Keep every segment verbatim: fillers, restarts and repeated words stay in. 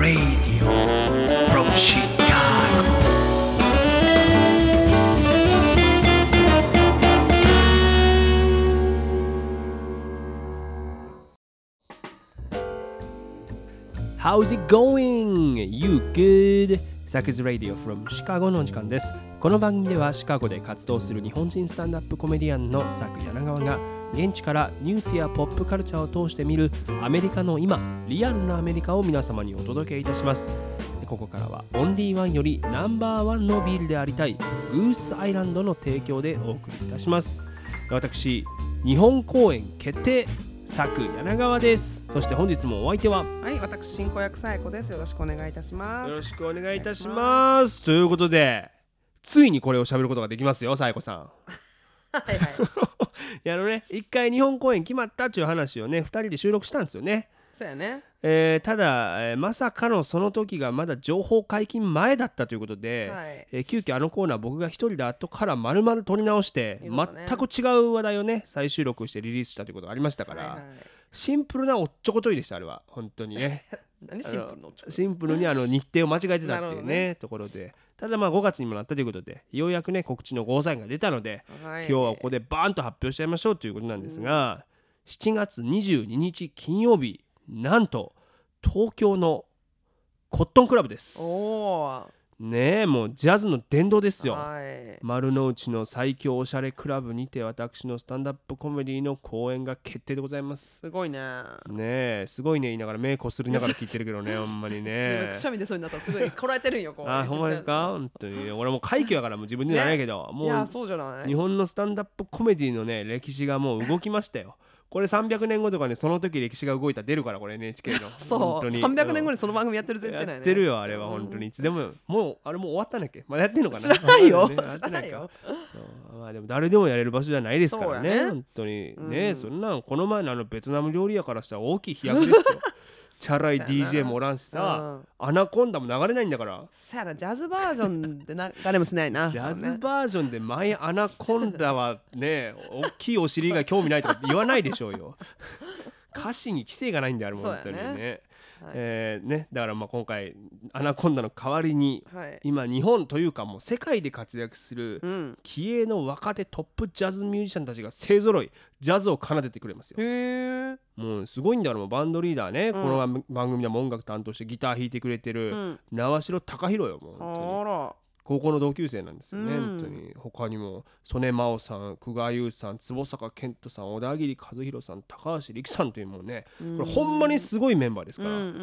Radio from Chicago. How's it going? You good? Saku's Radio from Chicago の時間です。この番組ではシカゴで活動する日本人スタンダップコメディアンのサク柳川が現地からニュースやポップカルチャーを通して見るアメリカの今、リアルなアメリカを皆様にお届けいたします。ここからはオンリーワンよりナンバーワンのビールでありたいグースアイランドの提供でお送りいたします。私、日本公演決定サク柳川です。そして本日もお相手は、 はい、私進行役さえこです。よろしくお願いいたします。 よろしくお願いいたします。ということで、ついにこれを喋ることができますよ、さえこさん。 はいはい。 いやあのね、一回日本公演決まったっていう話をね、ふたりで収録したんですよね。 そうやね。 えー、ただ、えー、まさかのその時がまだ情報解禁前だったということで、 はいえー、急遽あのコーナー僕が一人で後から丸々撮り直して、 ね、 全く違う話題をね再収録してリリースしたということがありましたから、 はいはい、 シンプルなおっちょこちょいでした。あれは本当にね何シンプルのおっちょこシンプルにあの日程を間違えてたっていう ね, ねところで、ただまあごがつにもなったということで、ようやくね告知のゴーサインが出たので、はい、今日はここでバーンと発表しちゃいましょうということなんですが、うん、しちがつにじゅうににち金曜日、なんと東京のコットンクラブです。 おねえ、もうジャズの殿堂ですよ、 はい、 丸の内の最強おしゃれクラブにて私のスタンダップコメディの公演が決定でございます。 すごいね。 ねえ、すごいね言いながら目こすりながら聞いてるけどねほんまにねくしゃみでそうになったらすごいこらえてるんよこうあ、ほんまですか。本当に俺も快挙やからもう自分で言わないけど、ね、もういやそうじゃない、 日本のスタンダップコメディのね歴史がもう動きましたよ。これさんびゃくねんごとかね、その時歴史が動いたら出るから、これ エヌエイチケー のそうさんびゃくねんごにその番組やってる絶対ないね。 やってるよあれは本当に。いつでももうあれもう終わったんだっけ、まだやってんのかな。 知らないよ、 ね、 知らないよ。 そう、まあ、でも誰でもやれる場所じゃないですから ね, ね本当にね、うん、そんなんこの前のあのベトナム料理屋からしたら大きい飛躍ですよチャラい ディージェー もおらんしさ、うん、アナコンダも流れないんだから。 さやな、ジャズバージョンでな誰もしないなジャズバージョンでマイアナコンダはね大きいお尻が興味ないとか言わないでしょうよ歌詞に規制がないんだよ、あれも本当に ね, ね、はい、えー、ねだからまあ今回アナコンダの代わりに、はい、今日本というかもう世界で活躍する気鋭の若手トップジャズミュージシャンたちが勢ぞろいジャズを奏でてくれますよ。 へー、 もうすごいんだから、もうバンドリーダーね、うん、この番組でも音楽担当してギター弾いてくれてる、うん、縄代貴弘よ。もう本当にあら高校の同級生なんですよね、うん、本当に。他にも曽根真央さん、久我優さん、坪坂健人さん、小田切和弘さん、高橋力さんというもうね、うん、これほんまにすごいメンバーですから、うんうんうん、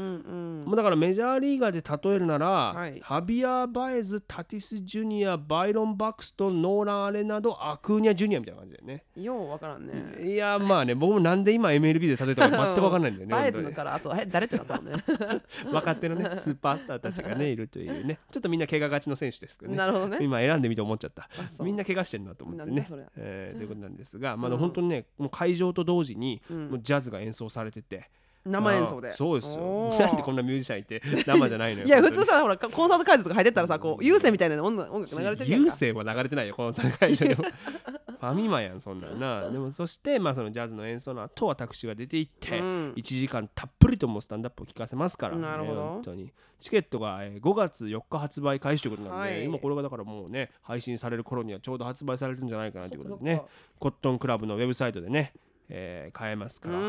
もうだからメジャーリーガーで例えるなら、はい、ハビア・バエズ、タティス・ジュニア、バイロン・バクストン、ノーラン・アレナド、アクーニャ・ジュニアみたいな感じだよね。 ようわからんね。 いやまあね、僕もなんで今 エムエルビー で例えたか全く分かんないんだよねバエズのからあとえ誰ってなったのね若手のねスーパースターたちがねいるというね、ちょっとみんな怪我がちの選手ですけどね。 なるほどね。 今選んでみて思っちゃった。みんな怪我してるなと思ってね、えー、ということなんですが、まあ、本当にね、もう会場と同時にもうジャズが演奏されてて、 生演奏で。 そうですよ。なんでこんなミュージシャンいて生じゃないのよいや普通さ、ほらコンサート会場とか入ってったらさ、こう有線みたいな音楽流れてるやんか。 有線は流れてないよコンサート会場でもファミマやんそんなんな。でもそしてまあそのジャズの演奏の後私が出て行って、うん、いちじかんたっぷりともスタンダップを聴かせますから、ね、 なるほど。 本当にチケットがごがつよっか発売開始ということなんで、はい、今これがだからもうね配信される頃にはちょうど発売されてるんじゃないかなということでね、コットンクラブのウェブサイトでねえー、買えますから、うん、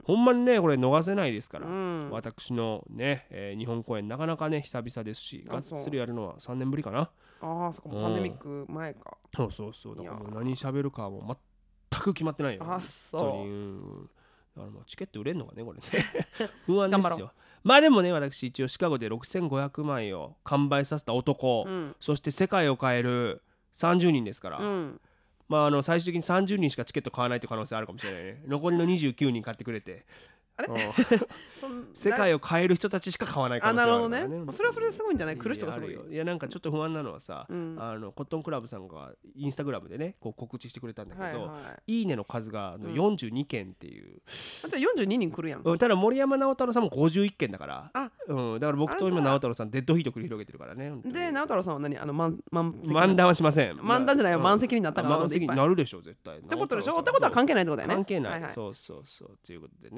ほんまにねこれ逃せないですから、うん、私のね、えー、日本公演なかなかね久々ですし、がっつりやるのはさんねんぶりかな。 ああ、そこ、うん、パンデミック前か。 そうそうそう、だからもう何喋るかはもう全く決まってないよ。 あ、そう。 うん、だからもうチケット売れんのかねこれね不安ですよ。まあでもね、私一応シカゴでろくせんごひゃくまいを完売させた男、うん、そして世界を変えるさんじゅうにんですから、うん、まあ、あの最終的にさんじゅうにんしかチケット買わないという可能性あるかもしれないね。残りのにじゅうきゅうにん買ってくれて、あれ世界を変える人たちしか買わない可能性あるからね。 あ、なるほどね。それはそれですごいんじゃない。来る人がすごいよ。 いや、なんかちょっと不安なのはさ、うん、あのコットンクラブさんがインスタグラムでねこう告知してくれたんだけど、はいはい、いいねの数がのよんじゅうにけんっていう、うん、 あ、じゃあよんじゅうににん来るやん。 ただ森山直太朗さんもごじゅういっけんだから、あ、うん、だから僕と今直太朗さんデッドヒート繰り広げてるからね。 で直太朗さんは何、あの満満満談はしません。 満談じゃないよ、満席になったから。 満席になるでしょ絶対。 ってことでしょ。ってことは関係ないってことだよね。 関係ない、はいはい、そうそうそうということでね、だから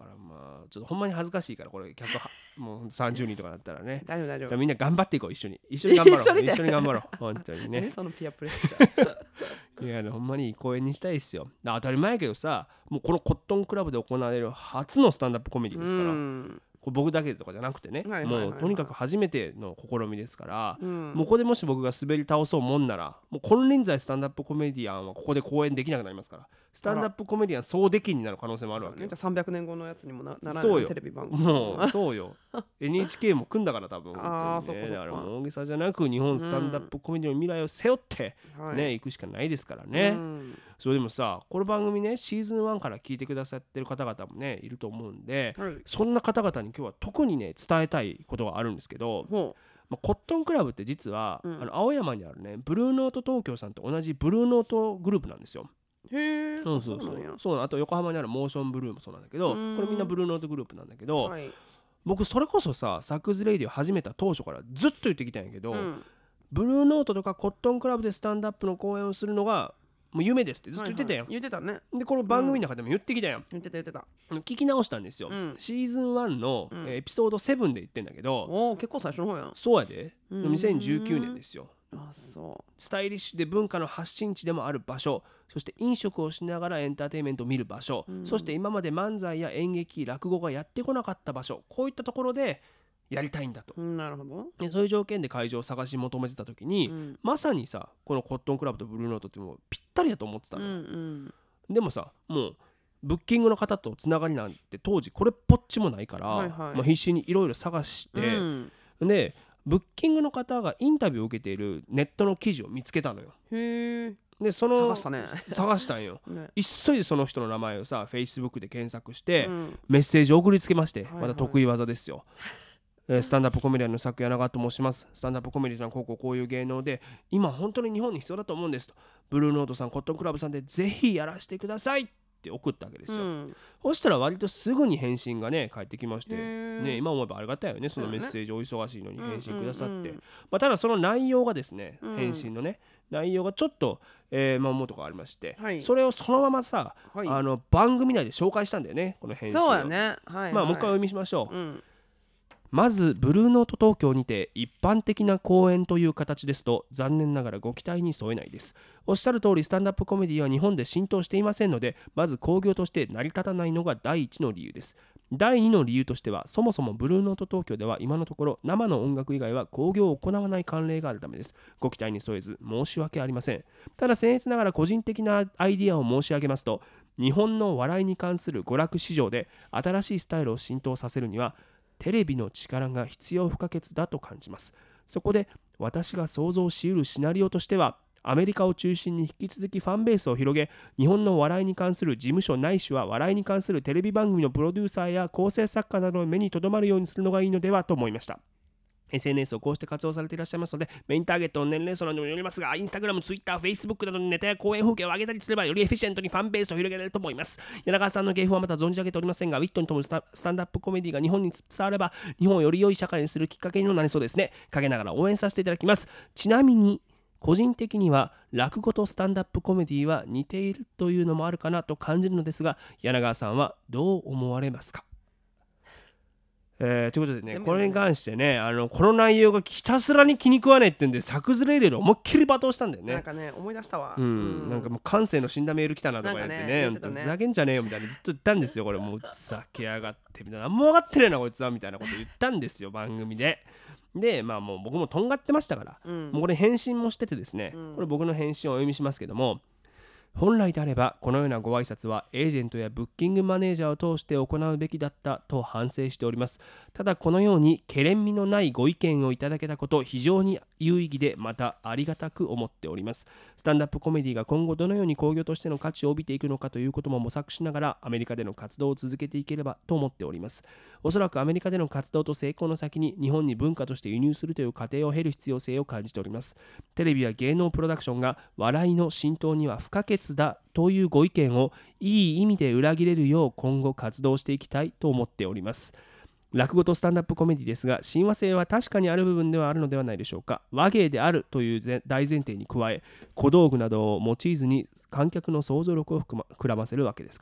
からまあちょっとほんまに恥ずかしいからこれ客はもうさんじゅうにんとかだったらね大丈夫大丈夫。 みんな頑張っていこう一緒に一緒に頑張ろう一緒にで一緒に頑張ろう本当にね何そのピアプレッシャーいやほんまにいい公演にしたいっすよ。当たり前やけどさもうこのコットンクラブで行われる初のスタンダップコメディですから、 うんこれ僕だけとかじゃなくてね、 はいはいはいはいもうとにかく初めての試みですから、 うんもうここでもし僕が滑り倒そうもんならもう金輪際スタンダップコメディアンはここで公演できなくなりますからスタンダップコメディアン総出禁になる可能性もあるわけよ。 そうね、じゃあさんびゃくねんごのやつにも な, ならそうよないテレビ番組もうそうよエヌエイチケー も組んだから多分あー本当にねそっかそっかだからもう大げさじゃなく日本スタンダップコメディの未来を背負ってはいね、行くしかないですからね、 うんそれでもさこの番組ねシーズンワンから聞いてくださってる方々もねいると思うんで、 はいそんな方々に今日は特にね伝えたいことがあるんですけど、 ほまあ、コットンクラブって実は、 うんあの青山にあるねブルーノート東京さんと同じブルーノートグループなんですよ。 うへえそうそうそうなんやそうあと横浜にあるモーションブルーもそうなんだけどうんこれみんなブルーノートグループなんだけど、 はい僕それこそさサクズレイディを始めた当初からずっと言ってきたんやけど、 うんブルーノートとかコットンクラブでスタンダップの公演をするのがもう夢ですってずっと言ってたやん、 はいはい、言ってたねでこの番組の中でも言ってきたやん、 言ってた言ってた聞き直したんですよ、 うんシーズンワンの、 うんえーエピソードセブンで言ってんだけど、 おお結構最初の方やんそうやでうんにせんじゅうきゅうねんですよ。 あそスタイリッシュで文化の発信地でもある場所、そして飲食をしながらエンターテインメントを見る場所、 うんそして今まで漫才や演劇落語がやってこなかった場所、こういったところでやりたいんだと。 う、うん、なるほど、 でそういう条件で会場を探し求めてた時に、 うんまさにさこのコットンクラブとブルーノートってもうぴったりやと思ってたうんの、 うんでもさもうブッキングの方とつながりなんて当時これっぽっちもないから、 はいはいまあ、必死にいろいろ探して、 うんでブッキングの方がインタビューを受けているネットの記事を見つけたのよ。 へえでその探したね探したんよね急いでその人の名前をさ Facebook で検索して、 うんメッセージを送りつけまして、 はいはいまた得意技ですよ、えースタンダップコメディアンの作柳川と申します。スタンダップコメディアンはこうこうこういう芸能で今本当に日本に必要だと思うんですと。ブルーノートさんコットンクラブさんでぜひやらせてくださいって送ったわけですよ、 うんそしたら割とすぐに返信がね返ってきまして、 へーね、今思えばありがたいよねそのそうだねメッセージお忙しいのに返信くださって、 うんうんうんまあ、ただその内容がですね、 うん返信のね内容がちょっと、えー、まあ思うとこありまして、 はいそれをそのままさ、 はいあの番組内で紹介したんだよねこの返信を。 そうやねはい、はい、 まあもう一回お読みしましょう、 うんまずブルーノート東京にて一般的な公演という形ですと残念ながらご期待に添えないです。おっしゃる通りスタンダップコメディは日本で浸透していませんのでまず興行として成り立たないのが第一の理由です。第二の理由としてはそもそもブルーノート東京では今のところ生の音楽以外は興行を行わない慣例があるためです。ご期待に添えず申し訳ありません。ただ僭越ながら個人的なアイディアを申し上げますと日本の笑いに関する娯楽市場で新しいスタイルを浸透させるにはテレビの力が必要不可欠だと感じます。そこで私が想像しうるシナリオとしてはアメリカを中心に引き続きファンベースを広げ日本の笑いに関する事務所ないしは笑いに関するテレビ番組のプロデューサーや構成作家などの目に留まるようにするのがいいのではと思いました。エスエヌエス をこうして活用されていらっしゃいますのでメインターゲットの年齢層などにもよりますがインスタグラム、ツイッター、フェイスブックなどにネタや公演風景を上げたりすればよりエフィシェントにファンベースを広げられると思います。柳川さんの芸風はまだ存じ上げておりませんがウィットに富むスタ、スタンダップコメディが日本に伝われば日本をより良い社会にするきっかけにもなりそうですね。陰ながら応援させていただきます。ちなみに個人的には落語とスタンダップコメディは似ているというのもあるかなと感じるのですが柳川さんはどう思われますか。えー、ということでねこれに関してねあのこの内容がひたすらに気に食わねえってんでサクズレイレル思いっきり罵倒したんだよね。 なんかね思い出したわ、 うんうんなんかもう感性の死んだメール来たなとか言ってなんかねね言ってたねふざけんじゃねえよみたいなずっと言ったんですよこれもうふざけやがってみたいな何も分かってねえなこいつはみたいなこと言ったんですよ番組で。でまあもう僕もとんがってましたから、 うんもうこれ返信もしててですね、 うんこれ僕の返信をお読みしますけども本来であればこのようなご挨拶はエージェントやブッキングマネージャーを通して行うべきだったと反省しております。ただこのようにけれんみのないご意見をいただけたこと非常に有意義でまたありがたく思っております。スタンダップコメディが今後どのように興行としての価値を帯びていくのかということも模索しながらアメリカでの活動を続けていければと思っております。おそらくアメリカでの活動と成功の先に日本に文化として輸入するという過程を経る必要性を感じております。テレビや芸能プロダクションが笑いの浸透には不可欠だというご意見をいい意味で裏切れるよう今後活動していきたいと思っております。落語とスタンダップコメディですが親和性は確かにある部分ではあるのではないでしょうか。話芸であるという大前提に加え小道具などを用いずに観客の想像力を膨らませるわけですから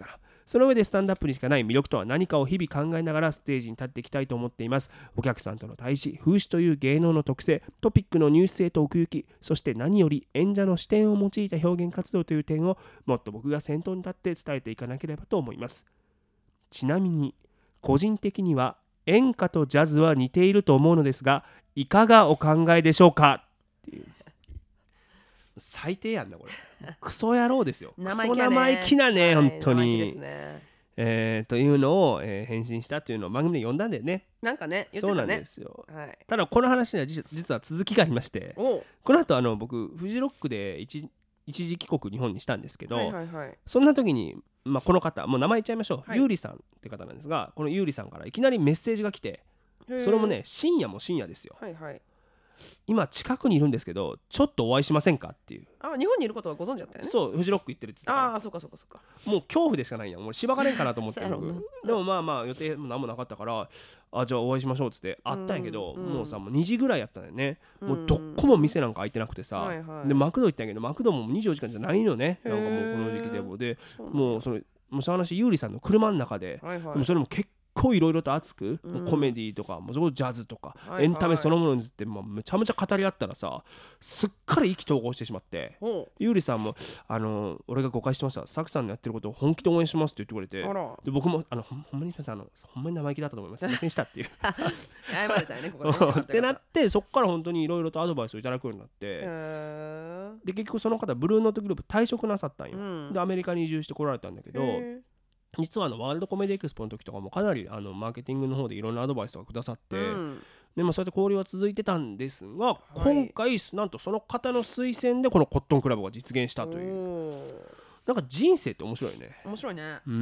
その上でスタンダップにしかない魅力とは何かを日々考えながらステージに立っていきたいと思っています。お客さんとの対峙、風刺という芸能の特性、トピックの入手性と奥行き、そして何より演者の視点を用いた表現活動という点をもっと僕が先頭に立って伝えていかなければと思います。ちなみに個人的には演歌とジャズは似ていると思うのですが、いかがお考えでしょうかっていう。最低やんなこれ。クソ野郎ですよ。クソ生意気なね、本当に。生意気ですね。えー、というのを、えー、返信したというのを番組で読んだんだよね。 なんかね、言ってたね。 そうなんですよ。 はい、 ただこの話には実は続きがありまして、この後あの僕フジロックで 一, 一時帰国日本にしたんですけど、はいはいはい、そんな時に、まあ、この方もう名前言っちゃいましょう、はい、ゆうりさんって方なんですが、このゆうりさんからいきなりメッセージが来て、それもね深夜も深夜ですよ、はいはい、今近くにいるんですけどちょっとお会いしませんかっていう。 あ、日本にいることはご存知だったよね。 そう、フジロック行ってるって言ってたから。 ああ、そうかそうかそうか。 もう恐怖でしかないやん。もうしばかれんかなと思って僕でもまあまあ予定も何もなかったから、あ、じゃあお会いしましょうっつって会ったんやけど、うん、もうさもうにじぐらいやったんだよね、うん、もうどっこも店なんか開いてなくてさ、はいはい、でマクド行ったんやけどマクドもにじゅうよじかんじゃないのね。なんかもうこの時期でもでもうそのもうその話ゆうりさんの車の中で、はいはい、でもそれも結構結構いろいろと熱く、うん、コメディとかもうジャズとか、はいはい、エンタメそのものについてもうめちゃめちゃ語り合ったらさ、すっかり意気投合してしまって、ゆうりさんもあの俺が誤解してました、サクさんのやってることを本気で応援しますって言ってくれて、で僕もあのほんまにさんあのほんまに生意気だったと思います、すいませんしたっていう謝れたよねここでってなって、そっから本当にいろいろとアドバイスをいただくようになって、で結局その方ブルーノートグループ退職なさったんよ、うん、でアメリカに移住してこられたんだけど、実はあのワールドコメディエクスポの時とかもかなりあのマーケティングの方でいろんなアドバイスをくださって、うん、でまあ、そうやって交流は続いてたんですが、はい、今回なんとその方の推薦でこのコットンクラブが実現したという。なんか人生って面白いね。 面白いね。 うん、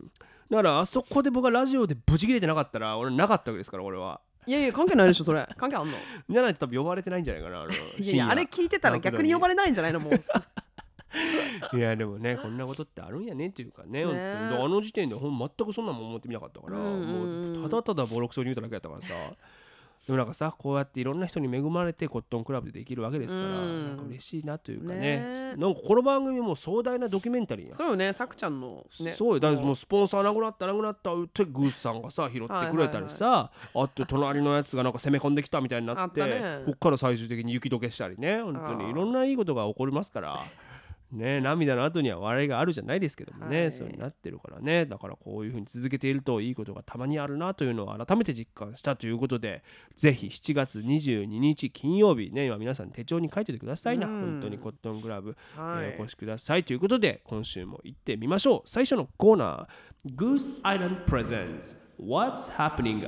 だからあそこで僕がラジオでブチ切れてなかったら俺なかったわけですから、俺は。 いやいや関係ないでしょそれ。関係あんのじゃないと多分呼ばれてないんじゃないかな。あのいやいやあれ聞いてたら逆に呼ばれないんじゃないのもういやでもねこんなことってあるんやねっていうか ね, ねあの時点でほん全くそんなもん思ってみなかったから、もうただただボロクソに言うただけやったからさ。でもなんかさこうやっていろんな人に恵まれてコットンクラブでできるわけですから、なんか嬉しいなというか ね, ねなんかこの番組も壮大なドキュメンタリーや。 そうよね、さくちゃんの、ね、 そうよ、だからもうスポンサーなくなったなくなったってグースさんがさ拾ってくれたりさ、はいはいはい、あと隣のやつがなんか攻め込んできたみたいになって、ね、こっから最終的に雪解けしたりね、本当にいろんないいことが起こりますからね、涙の後には笑いがあるじゃないですけどもね、はい、そうになってるからね。だからこういう風に続けているといいことがたまにあるなというのを改めて実感したということで、ぜひしちがつにじゅうににち金曜日ね、今皆さん手帳に書いててくださいな、うん、本当にコットンクラブ、はい、えー、お越しくださいということで今週も行ってみましょう。最初のコーナー Goose Island Presents What's Happening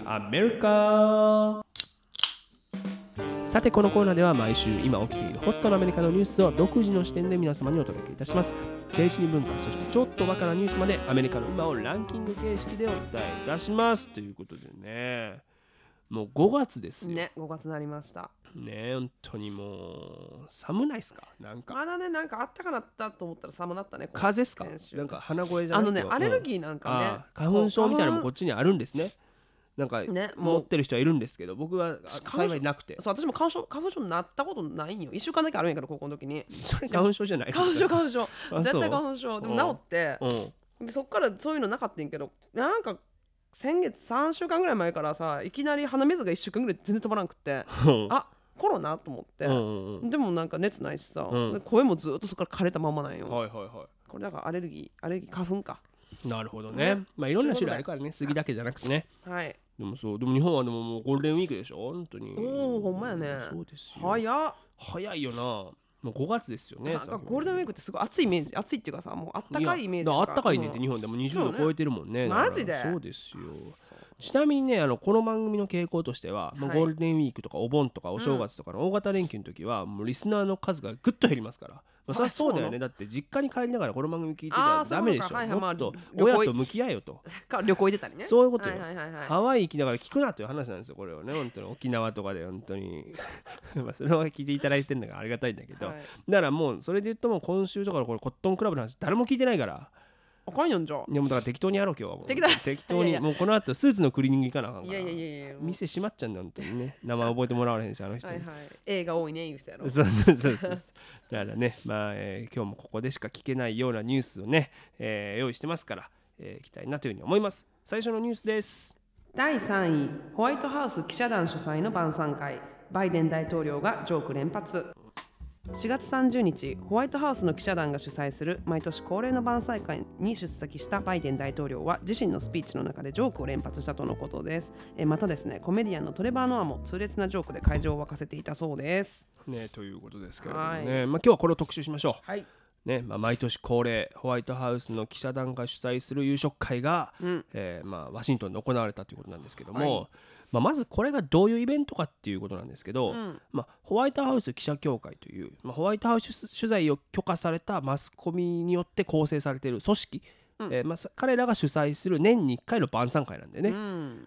America。さてこのコーナーでは毎週今起きているホットなアメリカのニュースを独自の視点で皆様にお届けいたします。政治に文化、そしてちょっとバカなニュースまでアメリカの今をランキング形式でお伝えいたしますということでね、もうごがつですよね。ごがつになりましたね。本当にもう寒ないっすか。なんかまだね、なんかあったかなったと思ったら寒なったね。 風邪っすか。なんか鼻声じゃなくてあのねアレルギーなんかね、うん、 花粉症みたいなのもこっちにあるんですね。なんか持ってる人はいるんですけど、僕は幸いなくて。 そう、私も花粉症花粉症になったことないんよ。いっしゅうかんだけあるんやから高校の時に。 それ花粉症じゃない。 花粉症花粉症絶対花粉症でも治って、うん、でそっからそういうのなかったんけど、なんか先月さんしゅうかんぐらい前からさ、いきなり鼻水がいっしゅうかんぐらい全然止まらなくてあ、コロナと思って、うんうん、でもなんか熱ないしさ、うん、声もずっとそこから枯れたままなんよ、はいはいはい、これだからアレルギーアレルギー花粉か。 なるほどね、まあいろんな種類あるからね、杉だけじゃなくてね。はい。でもそう、でも日本はでももうゴールデンウィークでしょ、本当に。 おお、ほんまやね。 そうですよ。 早っ。 早いよな。もうごがつですよね。 なんかゴールデンウィークってすごい暑いイメージ、暑いっていうかさ、もうあったかいイメージ。 あったかいねって日本でもにじゅうど超えてるもんね。 マジで。 そうですよ。ちなみにね、あのこの番組の傾向としては、はい、ゴールデンウィークとかお盆とかお正月とかの大型連休の時は、うん、もうリスナーの数がぐっと減りますから。まあ、そりゃそうだよね。だって実家に帰りながらこの番組聞いてたらダメでしょ。はいはい、もっと親と向き合えよと。 旅行行ってたりね。 そういうことよ、はいはいはいはい。ハワイ行きながら聞くなという話なんですよ、これをね。本当に沖縄とかで本当にまあそれは聞いていただいてるのがありがたいんだけど、はい、だからもうそれで言うともう今週とかのこれコットンクラブの話誰も聞いてないから。 あかんやんじゃん。 でもだから適当にやろう今日はもう。適当適当にいやいやもうこの後スーツのクリーニング行かなあかんから。いやいやいやいや店閉まっちゃうんだ本当にね。名前覚えてもらわれへんしあの人に。はいはい。 映画多いね言う人やろ。 そうそうそうそう。だからね、まあ、えー、今日もここでしか聞けないようなニュースをね、えー、用意してますから、 えー、いきたいなというふうに思います。最初のニュースです。 だいさんい、ホワイトハウス記者団主催の晩餐会、バイデン大統領がジョーク連発。しがつさんじゅうにち、ホワイトハウスの記者団が主催する毎年恒例の晩餐会に出席したバイデン大統領は自身のスピーチの中でジョークを連発したとのことです。えまたですね、コメディアンのトレバー・ノアも痛烈なジョークで会場を沸かせていたそうです。 ね、ということですけれどもね、はい、まあ、今日はこれを特集しましょう。 はいね、まあ、毎年恒例ホワイトハウスの記者団が主催する夕食会が、うんえーまあ、ワシントンで行われたということなんですけども、はいまあ、まずこれがどういうイベントかっていうことなんですけど、うんまあ、ホワイトハウス記者協会という、まあ、ホワイトハウス取材を許可されたマスコミによって構成されている組織、うんえーまあ、彼らが主催する年にいっかいの晩餐会なんでね、うん、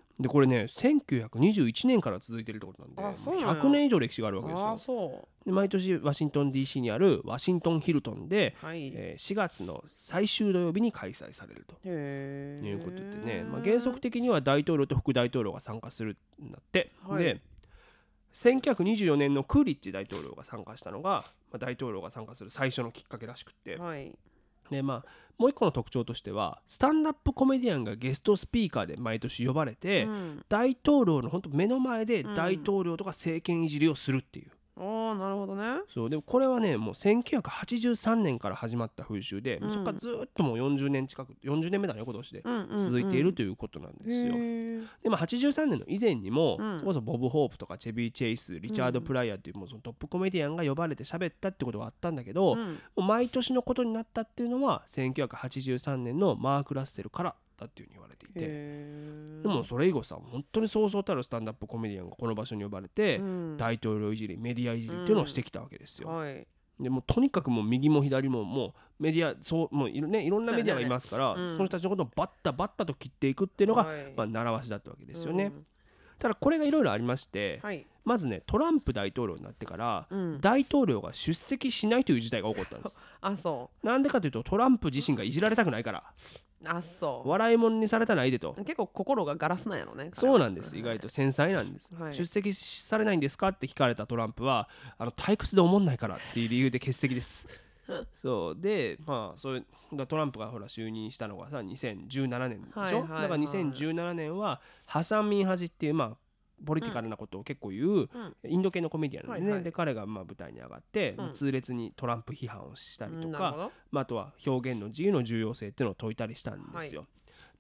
でこれねせんきゅうひゃくにじゅういちねんから続いているってことなんで、ひゃくねん以上歴史があるわけですよ。 あそうで毎年ワシントン ディーシー にあるワシントンヒルトンで、はいえー、しがつの最終土曜日に開催されるということでね、まあ、原則的には大統領と副大統領が参加するんだって、はい、でせんきゅうひゃくにじゅうよねんのクーリッジ大統領が参加したのが、まあ、大統領が参加する最初のきっかけらしくって、はいでまあ、もう一個の特徴としてはスタンダップコメディアンがゲストスピーカーで毎年呼ばれて、うん、大統領の本当目の前で大統領とか政権いじりをするっていう、 うん、あなるほどね。 そうでもこれはねもうせんきゅうひゃくはちじゅうさんねんから始まった風習で、うん、そこからずっともうよんじゅうねん近くよんじゅうねんめだね今年で続いているということなんですよ、うんうんうん、で、まあ、はちじゅうさんねんの以前にも、うん、それこそボブ・ホープとかチェビー・チェイスリチャード・プライヤーっていう、もうそのトップコメディアンが呼ばれて喋ったってことがあったんだけど、うん、もう毎年のことになったっていうのはせんきゅうひゃくはちじゅうさんねんのマーク・ラッセルからだっていうふうに言われていて、でもそれ以後さ本当にそうそうたるスタンダップコメディアンがこの場所に呼ばれて、うん、大統領いじりメディアいじりっていうのをしてきたわけですよ、うんはい、でもうとにかくもう右も左ももうメディアそうもういろ、ね、いろんなメディアがいますから そ,、ねうん、その人たちのことをバッタバッタと切っていくっていうのが、はいまあ、習わしだったわけですよね、うん、ただこれがいろいろありまして、はい、まずねトランプ大統領になってから、うん、大統領が出席しないという事態が起こったんですあそうなんでかというとトランプ自身がいじられたくないからあそう笑い物にされたないでと結構心がガラスなんやろねそうなんです、はい、意外と繊細なんです、はい、出席されないんですかって聞かれたトランプはあの退屈で思んないからっていう理由で欠席ですそうでまあそういうトランプがほら就任したのがさにせんじゅうななねんでしょ、はいはいはい、だからにせんじゅうななねんはハサン・ミンハジっていうまあポリティカルなことを結構言う、うん、インド系のコメディアンなんでね、はいはい、で彼がまあ舞台に上がって、うん、痛烈にトランプ批判をしたりとか、うんまあ、あとは表現の自由の重要性っていうのを説いたりしたんですよ、はい、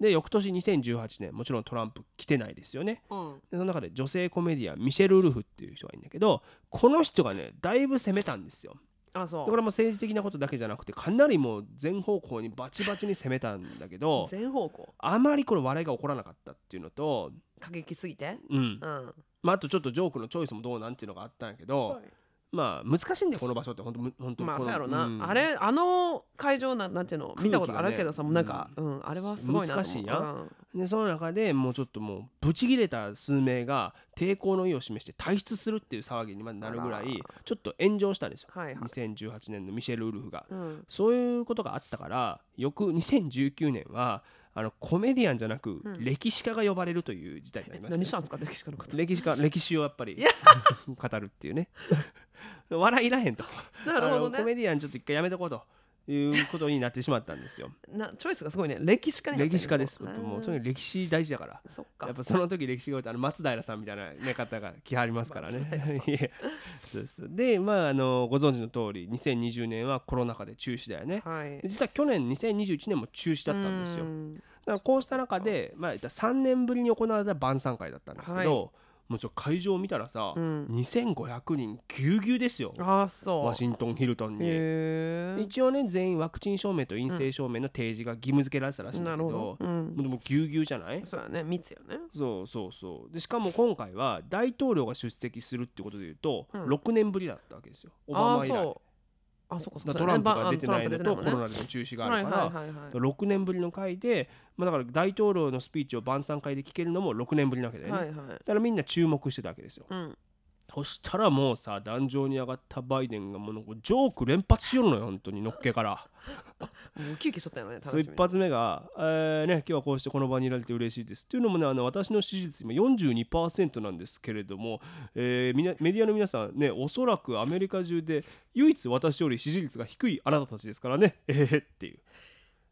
で翌年にせんじゅうはちねんもちろんトランプ来てないですよね、うん、でその中で女性コメディアンミシェル・ウルフっていう人がいるんだけどこの人がねだいぶ攻めたんですよ。 あそうこれも政治的なことだけじゃなくてかなりもう全方向にバチバチに攻めたんだけど全方向あまりこれ笑いが起こらなかったっていうのと過激すぎてうん、うんまあ、あとちょっとジョークのチョイスもどうなんていうのがあったんやけど、はい、まあ難しいんだよこの場所って本当本当まあそうやろな、うん、あれあの会場ななんていうの、ね、見たことあるけどさもうなんか、うんうん、あれはすごいなと思う難しいやん、うん、でその中でもうちょっともうブチ切れた数名が抵抗の意を示して退出するっていう騒ぎになるぐらいちょっと炎上したんですよ、はいはい、にせんじゅうはちねんのミシェル・ウルフが、うん、そういうことがあったから翌にせんじゅうきゅうねんはあのコメディアンじゃなく、うん、歴史家が呼ばれるという事態になりました。 何したんですか歴史家の方。 歴史家歴史をやっぱり語るっていうね笑いらへんとなるほどねコメディアンちょっと一回やめとこうということになってしまったんですよなチョイスがすごいね歴史家になって歴史家ですもうとにかく歴史大事だからそっかやっぱその時歴史があの松平さんみたいな、ね、方が来はりますからねそうそうでまああのご存知の通りにせんにじゅうねんはコロナ禍で中止だよね、はい、実は去年にせんにじゅういちねんも中止だったんですよだからこうした中で、まあ、さんねんぶりに行われた晩餐会だったんですけど、はいもうちょ会場を見たらさ、うん、にせんごひゃくにんぎゅうぎゅうですよあそうワシントンヒルトンに一応ね全員ワクチン証明と陰性証明の提示が義務付けられてたらしいんだけど、うんなるほどうん、でもぎゅうぎゅうじゃないそうやね密よねそうそうそうでしかも今回は大統領が出席するってことでいうと、うん、ろくねんぶりだったわけですよオバマ以来あそうあそうかトランプが出てないのとコロナでの中止があるからろくねんぶりの回で、まあ、だから大統領のスピーチを晩餐会で聞けるのもろくねんぶりなわけだよね、はいはい、だからみんな注目してたわけですよ、うん、そしたらもうさ壇上に上がったバイデンがもうジョーク連発しよるのよ本当にのっけからもうウキウキしとったよね楽しみにそう一発目が、えーね、今日はこうしてこの場にいられて嬉しいですっていうのもねあの私の支持率今 よんじゅうにパーセント なんですけれども、えー、みなメディアの皆さんねおそらくアメリカ中で唯一私より支持率が低いあなたたちですからねえー、っていう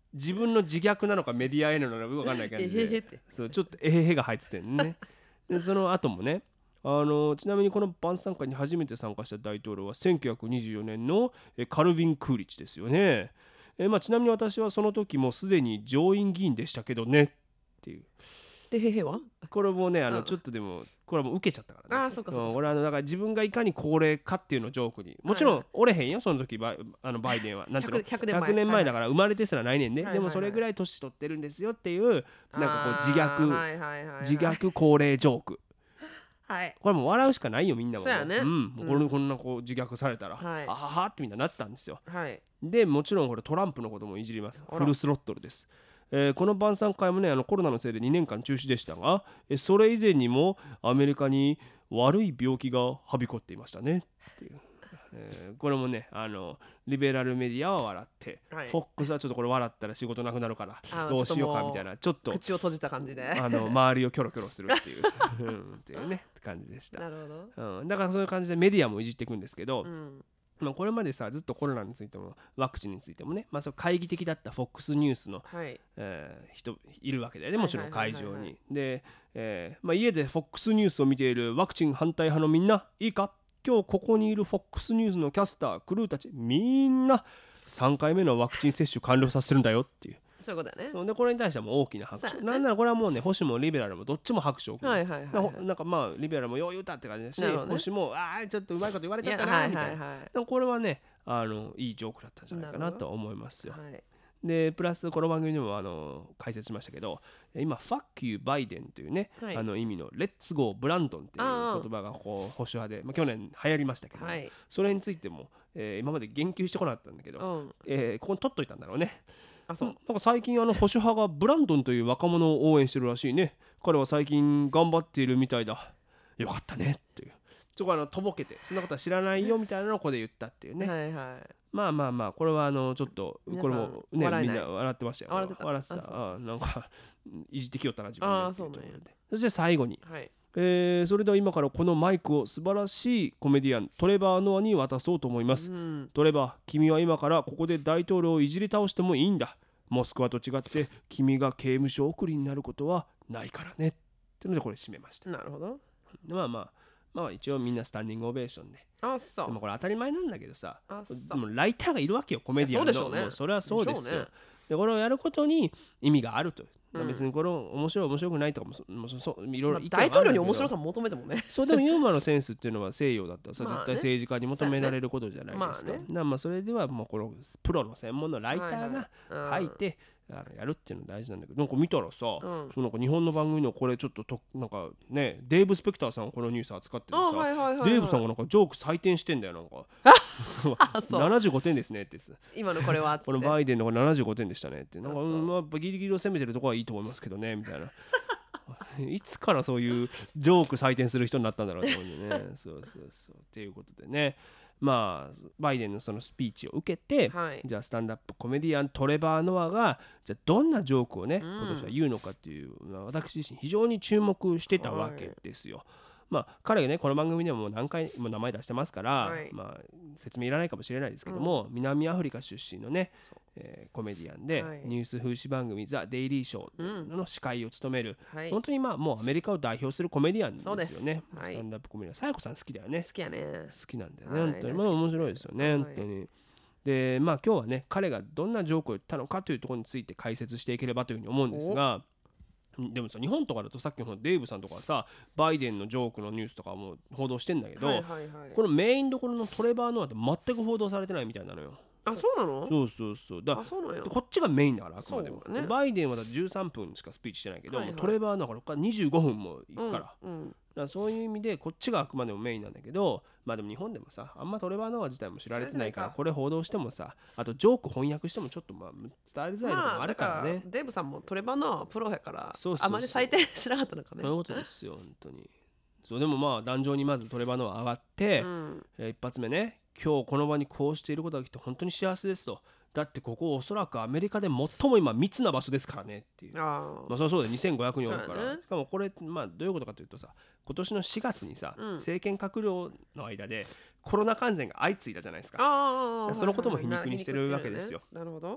自分の自虐なのかメディアへのなのか分かんないけど、 えへへって、 そうちょっとえへへが入っててねでその後もね、あのちなみにこの晩餐会に初めて参加した大統領はせんきゅうひゃくにじゅうよねんのカルヴィン・クーリッチですよね。え、まあ、ちなみに私はその時もすでに上院議員でしたけどねっていう。 でへへはこれもね、あのちょっとでもこれも受けちゃったからね。 ああ、そうかそうか。 俺はあのだから自分がいかに高齢かっていうのをジョークに、もちろん折れへんよその時バイあのバイデンはなんていうのひゃく, ひゃくひゃくねんまえだから生まれてすらないねんね、 はいはい、 でもそれぐらい年取ってるんですよっていうなんかこう自虐、 はいはいはいはい、 自虐高齢ジョーク、 はい、 これもう笑うしかないよみんなも。 そうやね、 うん、もうこれこんなこう自虐されたら、 はい、 あははってみんななったんですよ、 はい、 でもちろんこれトランプのこともいじります。フルスロットルです。えー、この晩餐会もね、あのコロナのせいでにねんかん中止でしたが、えそれ以前にもアメリカに悪い病気がはびこっていましたねっていう、えー、これもね、あのリベラルメディアは笑って、はい、フォックスはちょっとこれ笑ったら仕事なくなるからどうしようかみたいな、ちょっと口を閉じた感じであの周りをキョロキョロするっていううん、っていうね感じでした。 なるほど、 うん、だからそういう感じでメディアもいじっていくんですけど、 うん、 まあ、これまでさずっとコロナについてもワクチンについてもね、まあ、そ懐疑的だった フォックス ニュースの、はい、えー、人いるわけだよね、もちろん会場に。で、えーまあ、家で フォックス ニュースを見ているワクチン反対派のみんないいか、今日ここにいる フォックス ニュースのキャスタークルーたちみんなさんかいめのワクチン接種完了させるんだよっていう、 そういうことだね。 そうでこれに対してはもう大きな拍手、ね、なんならこれはもうね保守もリベラルもどっちも拍手を送る、はいはいはいはい、な, なんかまあリベラルもよう言うたって感じだし、ね、保守もああちょっとうまいこと言われちゃったなみたいな、はいはいはい、でもこれはねあのいいジョークだったんじゃないかなと思いますよ。でプラスこの番組でもあの解説しましたけど、今 Fuck you Biden というね、はい、あの意味の Let's go Brandon っていう言葉がこう保守派で、まあ、去年流行りましたけど、はい、それについても、えー、今まで言及してこなかったんだけど、うんえー、ここに取っといたんだろうね。あそうなんか最近あの保守派がブランドンという若者を応援してるらしいね。彼は最近頑張っているみたいだ、よかったねっていう、そこはあのとぼけてそんなことは知らないよみたいなのをここで言ったっていうね。はいはい、まあまあまあこれはあのちょっとこれもねみんな笑ってましたよ。笑ってた笑ってたああなんかいじってきよったな自分で。あそうなんや。そして最後に、はいえー、それでは今からこのマイクを素晴らしいコメディアントレバー・ノアに渡そうと思います、うん、トレバー君は今からここで大統領をいじり倒してもいいんだ。モスクワと違って君が刑務所送りになることはないからねってのでこれ締めました。なるほど。まあまあまあ一応みんなスタンディングオベーションで、あそうでもこれ当たり前なんだけどさ、でもライターがいるわけよコメディアンの。そうでしょうね。もうそれはそうですよ。でこれをやることに意味があると、うん、別にこれ面白い面白くないとかももそそいろいろ、まあ、大統領に面白さを求めてもねそうでもユーモアのセンスっていうのは西洋だったらさ、まあね、絶対政治家に求められることじゃないですか。まあね、なまあそれではもうこのプロの専門のライターが書いて、はいはいあのやるっていうの大事なんだけど、なんか見たらさ、うん、そのなんか日本の番組のこれちょっととなんかねデーブ・スペクターさんがこのニュース扱ってるさ、はいはいはいはい、デーブさんがなんかジョーク採点してんだよなんかななじゅうごてんですねって今のこれはっつってこのバイデンのななじゅうごてんでしたねってなんか、うんまあ、ギリギリを攻めてるところはいいと思いますけどねみたいないつからそういうジョーク採点する人になったんだろうと思うんでねそうそうそうっていうことでね、まあバイデンのそのスピーチを受けて、はい、じゃあスタンドアップコメディアントレバー・ノアがじゃあどんなジョークをね、うん、今年は言うのかっていう、まあ、私自身非常に注目してたわけですよ。はいまあ、彼がねこの番組でももう何回も名前出してますから、はいまあ、説明いらないかもしれないですけども、うん、南アフリカ出身のね、えー、コメディアンで、はい、ニュース風刺番組ザ・デイリーショーの司会を務める、うん、本当にまあもうアメリカを代表するコメディアンですよね。スタンドアップコメディアンさやこさん好きだよね。好きやね好きなんだよね、はい、本当にまあ面白いですよね、はい、本当に。でまあ今日はね彼がどんなジョークを言ったのかというところについて解説していければというふうに思うんですが、でもさ日本とかだとさっきのデーブさんとかはさバイデンのジョークのニュースとかも報道してんだけど、はいはいはい、このメインどころのトレバー・ノアって全く報道されてないみたいなのよ。あそうなの？そうそうそうだあそうなんや。こっちがメインだからあくまでも、ね、バイデンはだじゅうさんぷんしかスピーチしてないけど、はいはい、トレバー・ノアからにじゅうごふんもいくから、うんうん、だからそういう意味でこっちがあくまでもメインなんだけど、まあでも日本でもさあんまトレバー・ノア自体も知られてないからこれ報道してもさあとジョーク翻訳してもちょっとまあ伝わりづらいところもあるからね、まあ、からデーブさんもトレバー・ノアプロやからそうそうそうあまり採点しなかったのかね。そういうことですよ本当に。そうでもまあ壇上にまずトレバー・ノア上がって、うんえー、一発目ね今日この場にこうしていることが来て本当に幸せですと。だってここおそらくアメリカで最も今密な場所ですからねっていう。あまあそりゃそうでにせんごひゃくにんおるから、ね、しかもこれまあどういうことかというとさ今年のしがつにさ、うん、政権閣僚の間でコロナ感染が相次いだじゃないですか。あそのことも皮肉にしてるわけですよ。なるほど。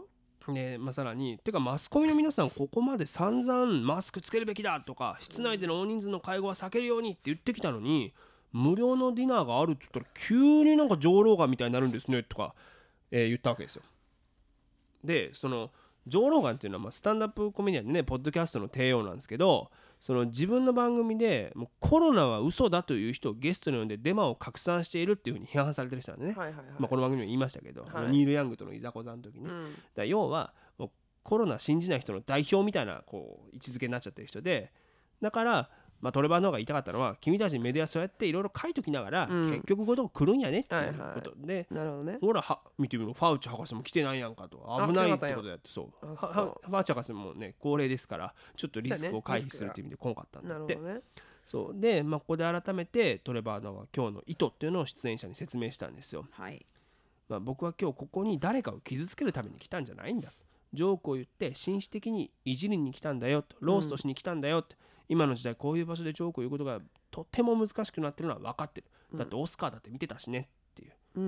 でまあ、さらにてかマスコミの皆さんここまで散々マスクつけるべきだとか室内での大人数の会合は避けるようにって言ってきたのに、無料のディナーがあるって言ったら急になんか上老眼みたいになるんですねとか、えー、言ったわけですよ。でその上老眼っていうのはまあスタンダップコメディアンでねポッドキャストの帝王なんですけど、その自分の番組でもうコロナは嘘だという人をゲストに呼んでデマを拡散しているっていうふうに批判されてる人なんでね、 はいはいはい、 まあ、この番組でも言いましたけど、はい、ニール・ヤングとのいざこざの時に、ね、うん、だ要はもうコロナ信じない人の代表みたいなこう位置づけになっちゃってる人で、だからまあ、トレバーの方が言いたかったのは、君たちメディアそうやっていろいろ書いときながら、うん、結局ごとく来るんやねっていうことで、はいはい、 なるほどね、 ほらは見てみろファウチ博士も来てないやんかと、危ないってことでやって、そうそうファウチ博士もね高齢ですからちょっとリスクを回避するっていう意味で来なかったんだって、ね、そうで、まあ、ここで改めてトレバーのは今日の意図っていうのを出演者に説明したんですよ、はい、まあ、僕は今日ここに誰かを傷つけるために来たんじゃないんだ、ジョークを言って紳士的にいじりに来たんだよと、ローストしに来たんだよって、うん、今の時代こういう場所でジョークを言うことがとても難しくなってるのは分かってる、だってオスカーだって見てたしねっていう、うん、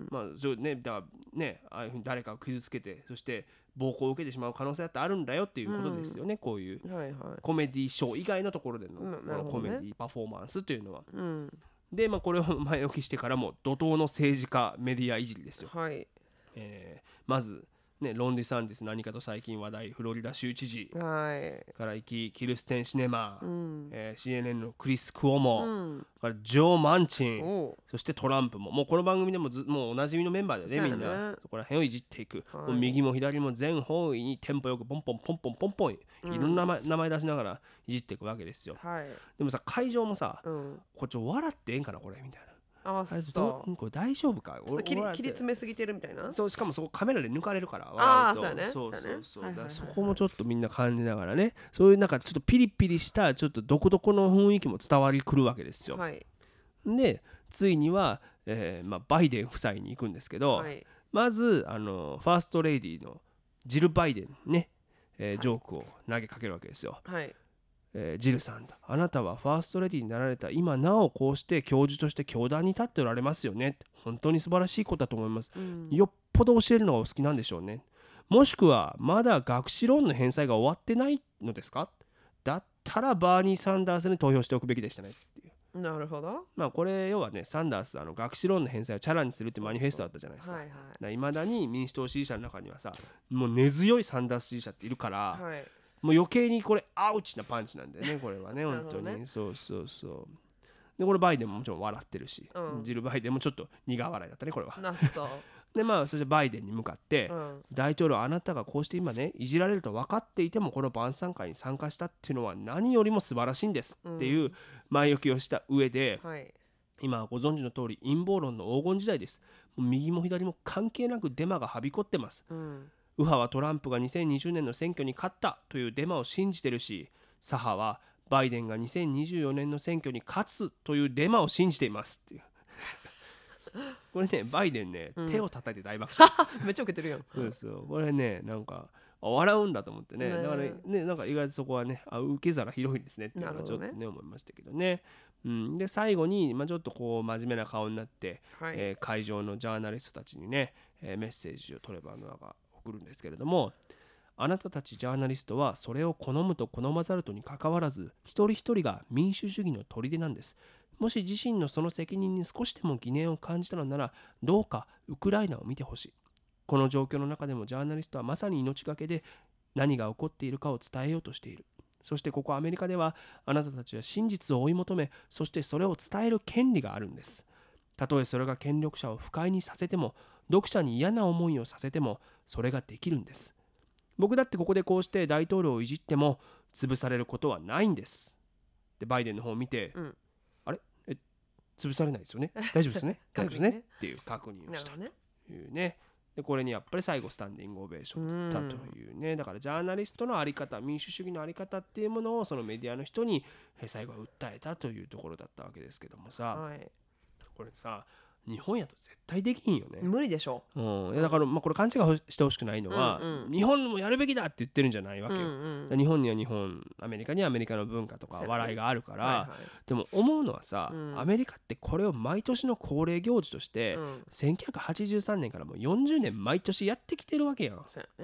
まあそうね、だからね、ああいうふうに誰かを傷つけてそして暴行を受けてしまう可能性だってあるんだよっていうことですよね、うん、こういうコメディショー以外のところでの、このコメディパフォーマンスというのは、うん、で、まあ、これを前置きしてからも怒涛の政治家メディアいじりですよ、はい、えー、まずね、ロン・ディサンティス何かと最近話題フロリダ州知事、はい、から行きキルステン・シネマ、うん、えー、シーエヌエヌ のクリス・クオモ、うん、からジョー・マンチン、そしてトランプももうこの番組でもずもうおなじみのメンバーでね、みんなそこら辺をいじっていく、はい、もう右も左も全方位にテンポよくポンポンポンポンポンポンいろんな名前、名前出しながらいじっていくわけですよ、はい、でもさ会場もさ、うん、こっち笑ってええんかなこれみたいな、ああそうこれ大丈夫か、 ちょっと切り、切り詰めすぎてるみたいな、 そうしかもそこカメラで抜かれるからああそうやね、 そうそうそう、だからそこもちょっとみんな感じながらね、そういうなんかちょっとピリピリしたちょっとどこどこの雰囲気も伝わりくるわけですよ、はい、でついには、えーまあ、バイデン夫妻に行くんですけど、はい、まずあのファーストレディのジル・バイデンね、えー、ジョークを投げかけるわけですよ、はい、えー、ジルさんだ、あなたはファーストレディになられた今なおこうして教授として教壇に立っておられますよね、本当に素晴らしいことだと思います、うん、よっぽど教えるのがお好きなんでしょうね、もしくはまだ学士ローンの返済が終わってないのですか、だったらバーニー・サンダースに投票しておくべきでしたねっていう、 なるほど、 まあこれ要はねサンダースあの学士ローンの返済をチャラにするってマニフェストだったじゃないですか、いまだに民主党支持者の中にはさもう根強いサンダース支持者っているから、はい、もう余計にこれアウチなパンチなんだよねこれはね本当に、ね、そうそうそうでこれバイデンももちろん笑ってるし、うん、ジル・バイデンもちょっと苦笑いだったねこれはなそうでまあそしてバイデンに向かって、うん、大統領あなたがこうして今ねいじられると分かっていてもこの晩餐会に参加したっていうのは何よりも素晴らしいんですっていう前置きをした上で、うんはい、今ご存知の通り陰謀論の黄金時代です、もう右も左も関係なくデマがはびこってます、うん右派はトランプがにせんにじゅうねんの選挙に勝ったというデマを信じてるし、左派はバイデンがにせんにじゅうよねんの選挙に勝つというデマを信じていますっていうこれねバイデンね、うん、手を叩いて大爆笑ですめっちゃ受けてるよそうそうこれねなんか笑うんだと思ってね、だからねなんか意外とそこはねあ受け皿広いですねっていうのはちょっと ね, ね思いましたけどね、うん、で最後に、まあ、ちょっとこう真面目な顔になって、はいえー、会場のジャーナリストたちにね、えー、メッセージをトレバー・ノアが送るんですけれども、あなたたちジャーナリストはそれを好むと好まざるとにかかわらず一人一人が民主主義の砦なんです。もし自身のその責任に少しでも疑念を感じたのならどうかウクライナを見てほしい。この状況の中でもジャーナリストはまさに命がけで何が起こっているかを伝えようとしている。そしてここアメリカではあなたたちは真実を追い求め、そしてそれを伝える権利があるんです。たとえそれが権力者を不快にさせても読者に嫌な思いをさせてもそれができるんです。僕だってここでこうして大統領をいじっても潰されることはないんです。でバイデンの方を見て、うん、あれえ潰されないですよね、大丈夫ですね大丈夫ですねっていう確認をしたというね。でこれにやっぱり最後スタンディングオベーションだったというね。だからジャーナリストの在り方、民主主義の在り方っていうものをそのメディアの人に最後は訴えたというところだったわけですけどもさ、はい、これさ日本やと絶対できんよね。 無理でしょ、 うん、だからまあこれ勘違いしてほしくないのは、うんうん、日本もやるべきだって言ってるんじゃないわけよ、うんうん、日本には日本、アメリカにはアメリカの文化とか笑いがあるから、はいはい、でも思うのはさ、うん、アメリカってこれを毎年の恒例行事として、うん、せんきゅうひゃくはちじゅうさんねんからもうよんじゅうねん毎年やってきてるわけやん。そうやね。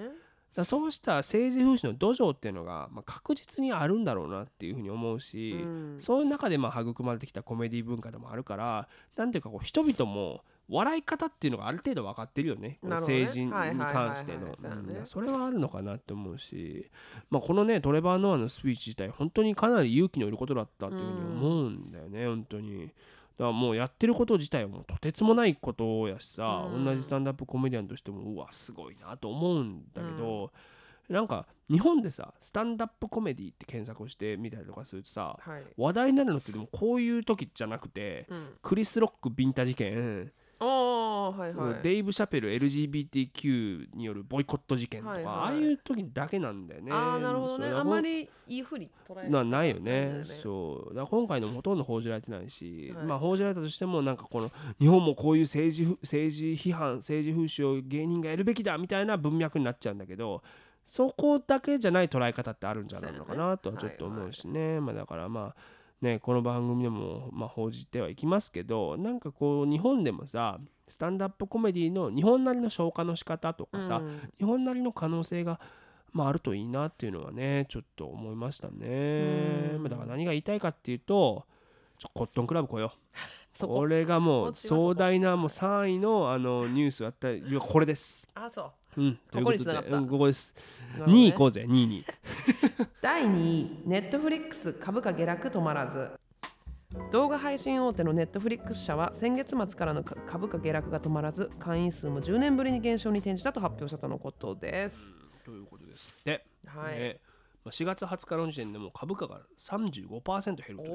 だそうした政治風刺の土壌っていうのが、まあ、確実にあるんだろうなっていうふうに思うし、うん、そういう中でまあ育まれてきたコメディ文化でもあるから、なんていうかこう人々も笑い方っていうのがある程度分かってるよね、この政治に関しての。それはあるのかなって思うし、まあ、このねトレバー・ノアのスピーチ自体本当にかなり勇気のいることだったっていうふうに思うんだよね、うん、本当に。だからもうやってること自体はもうとてつもないことやしさ、うん、同じスタンドアップコメディアンとしてもうわすごいなと思うんだけど、うん、なんか日本でさスタンドアップコメディって検索をしてみたりとかするとさ、はい、話題になるのってでもこういう時じゃなくて、うん、クリス・ロックビンタ事件、 あ、はいはい、 デイブ・シャペル エルジービーティーキュー によるボイコット事件とか、はいはい、ああいう時だけなんだよね。 ああなるほどね。あんまりいいふうに捉えなないよね。ねそうだから今回のもほとんど報じられてないし、はい、まあ報じられたとしてもなんかこの日本もこういう政治政治批判政治風刺を芸人がやるべきだみたいな文脈になっちゃうんだけど、そこだけじゃない捉え方ってあるんじゃないのかなとはちょっと思うしね、はいはい、まあ、だからまあねこの番組でもまあ報じてはいきますけど、なんかこう日本でもさスタンダップコメディの日本なりの消化の仕方とかさ、うん、日本なりの可能性が、まあ、あるといいなっていうのはねちょっと思いましたね、うん、だから何が言いたいかっていうとちょコットンクラブ来ようこれがもう壮大なもうさんい の, あのニュースやったりこれです。 あそううん、 ここに繋がった、 うん、ここです、ね、にい行こうぜにいにだいにいネットフリックス株価下落止まらず。動画配信大手のネットフリックス社は先月末からの株価下落が止まらず会員数もじゅうねんぶりに減少に転じたと発表したとのことです。 ということですって、はい、ね、しがつはつかの時点でもう株価が さんじゅうごパーセント 減るという、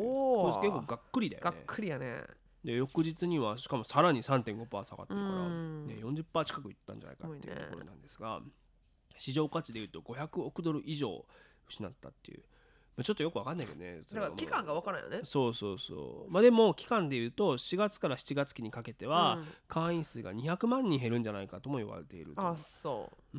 結構がっくりだよね。 がっくりやね。 で翌日にはしかもさらに さんてんごパーセント 下がってるから、ね、よんじゅっパーセント 近くいったんじゃないかっていうところなんですが、ね、市場価値でいうとごひゃくおくドル以上失ったっていう、ちょっとよく分かんないけどね。 だから期間が分からんよね。 そうそうそう。まあでも期間でいうとしがつからしちがつ期にかけては会員数がにひゃくまんにん減るんじゃないかとも言われていると。 あ、そう。 うん。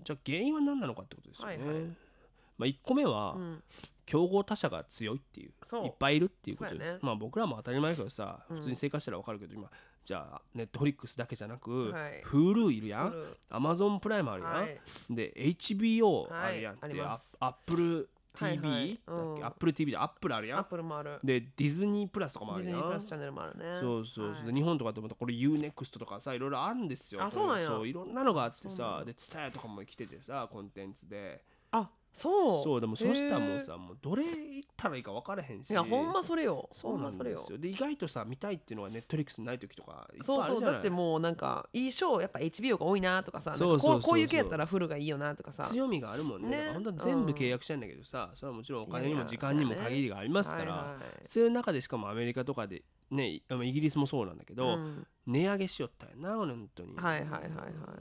じゃあ原因は何なのかってことですよね。はいはい、まあいっこめは、うん、競合他社が強いっていう、いっぱいいるっていうことで、ね、まあ僕らも当たり前だけどさ、普通に生活したら分かるけど、今じゃあネットフリックスだけじゃなく、はい、Hulu いるやん、Amazon プライムあるやん、はい、で エイチビーオー あるやんって、はい、Appleティービー、はいはい、だっけ、うん、Apple ティービー で Apple あるやん。 Apple もある。 でディズニープラスとかもあるやん。 ディズニープラスチャンネルもあるね。 そうそうそう、はい、日本とかってまたこれ ユーネクスト とかさいろいろあるんですよ。 あ、そうなんや。 そういろんなのがあってさ、で ツタヤ とかも来ててさコンテンツで。 あ、そうそうでもそしたらもうさもうどれ行ったらいいか分からへんし。 いやほんまそれよ。 そうなんですよ。で意外とさ見たいっていうのがネットフリックスない時とかいっぱいあるじゃない。 そうそう、だってもうなんかいいショーやっぱ エイチビーオー が多いなとかさ、なんかこう、そうそうそうそう、こういう系やったらフルがいいよなとかさ、 強みがあるもんね。ね、だから本当は全部契約したいんだけどさ、それはもちろんお金にも時間にも限りがありますから、そう、ね、はいはい、そういう中でしかもアメリカとかでね、イギリスもそうなんだけど、うん、値上げしよったよな本当に。 はいはいはいはい。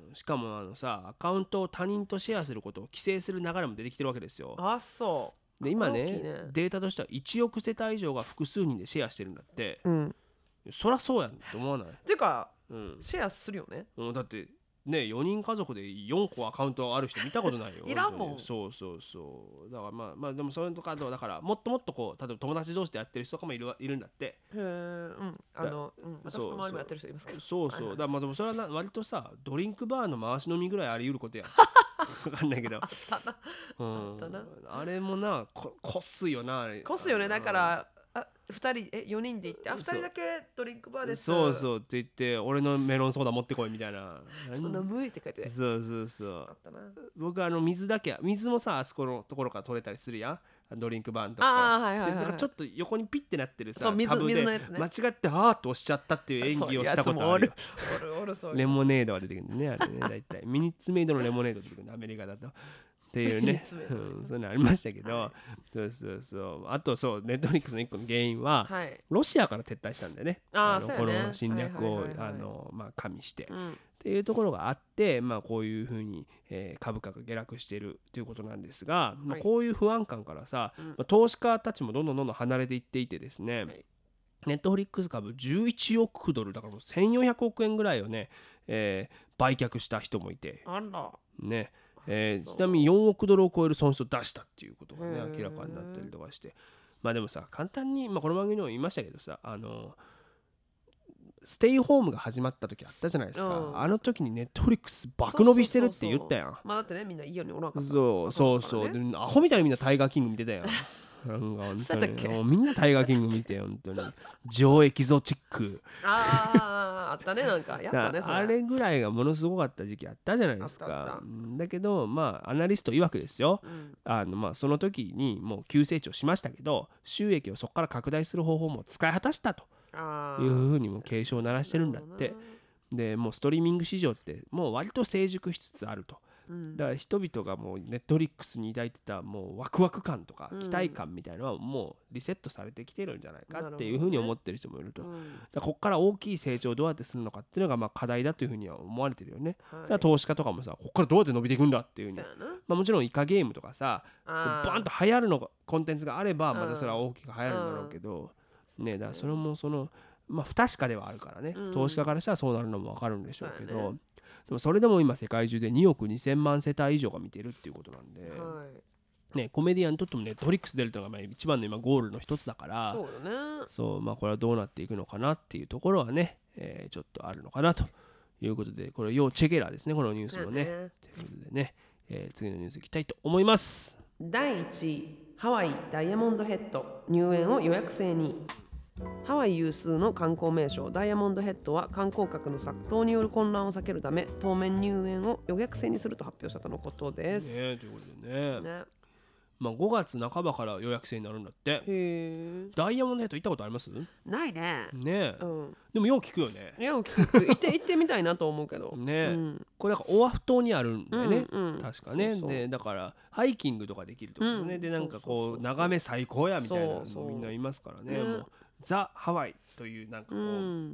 しかもあのさアカウントを他人とシェアすることを規制する流れも出てきてるわけですよ。 あ、そうで今 ね, ねデータとしてはいちおく世帯以上が複数人でシェアしてるんだって、うん、そらそうやんと思わない？ ていうか、うん、シェアするよね、 うん、だってねよにん家族でよんこアカウントある人見たことないよいらんもん。 そうそうそうだからまあまあでもそれとかだからもっともっとこう例えば友達同士でやってる人とかもいるいるんだって。へえ、うんあの、うん、私の周りもやってる人いますけど。 そうそう、はいはい、だからまあでもそれはな割とさドリンクバーの回し飲みぐらいあり得ることや分かんないけどあったな、うん、あったな。 あれもなここすよなあれ。 こすよね。だからあふたりえよにんで行ってあふたりだけドリンクバーです。 そうそうって言って俺のメロンソーダ持ってこいみたいな。 ちょっと飲むって書いて。 そうそうそう。 あったな。 僕あの水だけ水もさあそこのところから取れたりするやん。ドリンクバーのとか。あ、はいはいはい、 でなんかちょっと横にピッてなってるさそう 水, 水のやつね。 間違ってあーっと押しちゃったっていう演技をしたことあるよ。 おるおるそういうレモネードは出てくるねあれね大体ミニッツメイドのレモネード出てくるアメリカだと。っていうね、うん、そういうのありましたけど、はい、そうそうそうあとそうネットフリックスの一個の原因は、はい、ロシアから撤退したんだよね。 ああのこの侵略を加味して、うん、っていうところがあって、まあ、こういうふうに、えー、株価が下落しているということなんですが、はい、まあ、こういう不安感からさ、うん、まあ、投資家たちもどんどんどんどん離れていっていてですね、はい、ネットフリックス株じゅういちおくドルだからもうせんよんひゃくおくえんぐらいをね、えー、売却した人もいて、 あらね、えー、ちなみによんおくドルを超える損失を出したっていうことがね明らかになったりとかして、まあでもさ簡単に、まあ、この番組でも言いましたけどさあのステイホームが始まった時あったじゃないですか、うん、あの時にネットフリックス爆伸びしてるって言ったやん。そうそうそうそう、 まあだってねみんな家におらんかった、 そうそうそう、ね、アホみたいにみんなタイガーキング見てたやんなんか本当にもうみんなタイガーキング見て本当に上エキゾチックあああったね、なんかやったねそれ。 あれぐらいがものすごかった時期あったじゃないですか。だけどまあアナリスト曰くですよ、うん、あのまあその時にもう急成長しましたけど収益をそこから拡大する方法も使い果たしたというふうにも警鐘を鳴らしてるんだって。でもうストリーミング市場ってもう割と成熟しつつあると。だから人々がもうネットフリックスに抱いてたもうワクワク感とか期待感みたいなのはもうリセットされてきてるんじゃないかっていうふうに思ってる人もいると。だからここから大きい成長をどうやってするのかっていうのがまあ課題だというふうには思われてるよね。だから投資家とかもさここからどうやって伸びていくんだっていうふうに、まあもちろんイカゲームとかさバンと流行るのコンテンツがあればまたそれは大きく流行るんだろうけどね、だからそれもそのまあ不確かではあるからね、投資家からしたらそうなるのも分かるんでしょうけど、でもそれでも今世界中でにおくにせんまん世帯以上が見てるっていうことなんで、はいね、コメディアンにとってもネットフリックス出るというのがまあ一番の今ゴールの一つだから、そうだね、そうまあこれはどうなっていくのかなっていうところはね、えー、ちょっとあるのかなということで、これ要チェケラですねこのニュースもね。ということでね、えー、次のニュースいきたいと思います。 だいいちい、ハワイダイヤモンドヘッド入園を予約制に。ハワイ有数の観光名所ダイヤモンドヘッドは観光客の殺到による混乱を避けるため当面入園を予約制にすると発表したとのことです。 ね、ということでね、ね、まあ、ごがつなかばから予約制になるんだって。へダイヤモンドヘッド行ったことあります？ ないね。 ね、うん、でもよう聞くよね。 よう聞く行って行ってみたいなと思うけどね、うん、これなんかオアフ島にあるんだよね、うんうん、確かね。そうそうでだからハイキングとかできるってことね、うん、でなんかこう眺め最高やみたいなのみんな言いますからね。もうザ・ハワイというなんかこう、うん、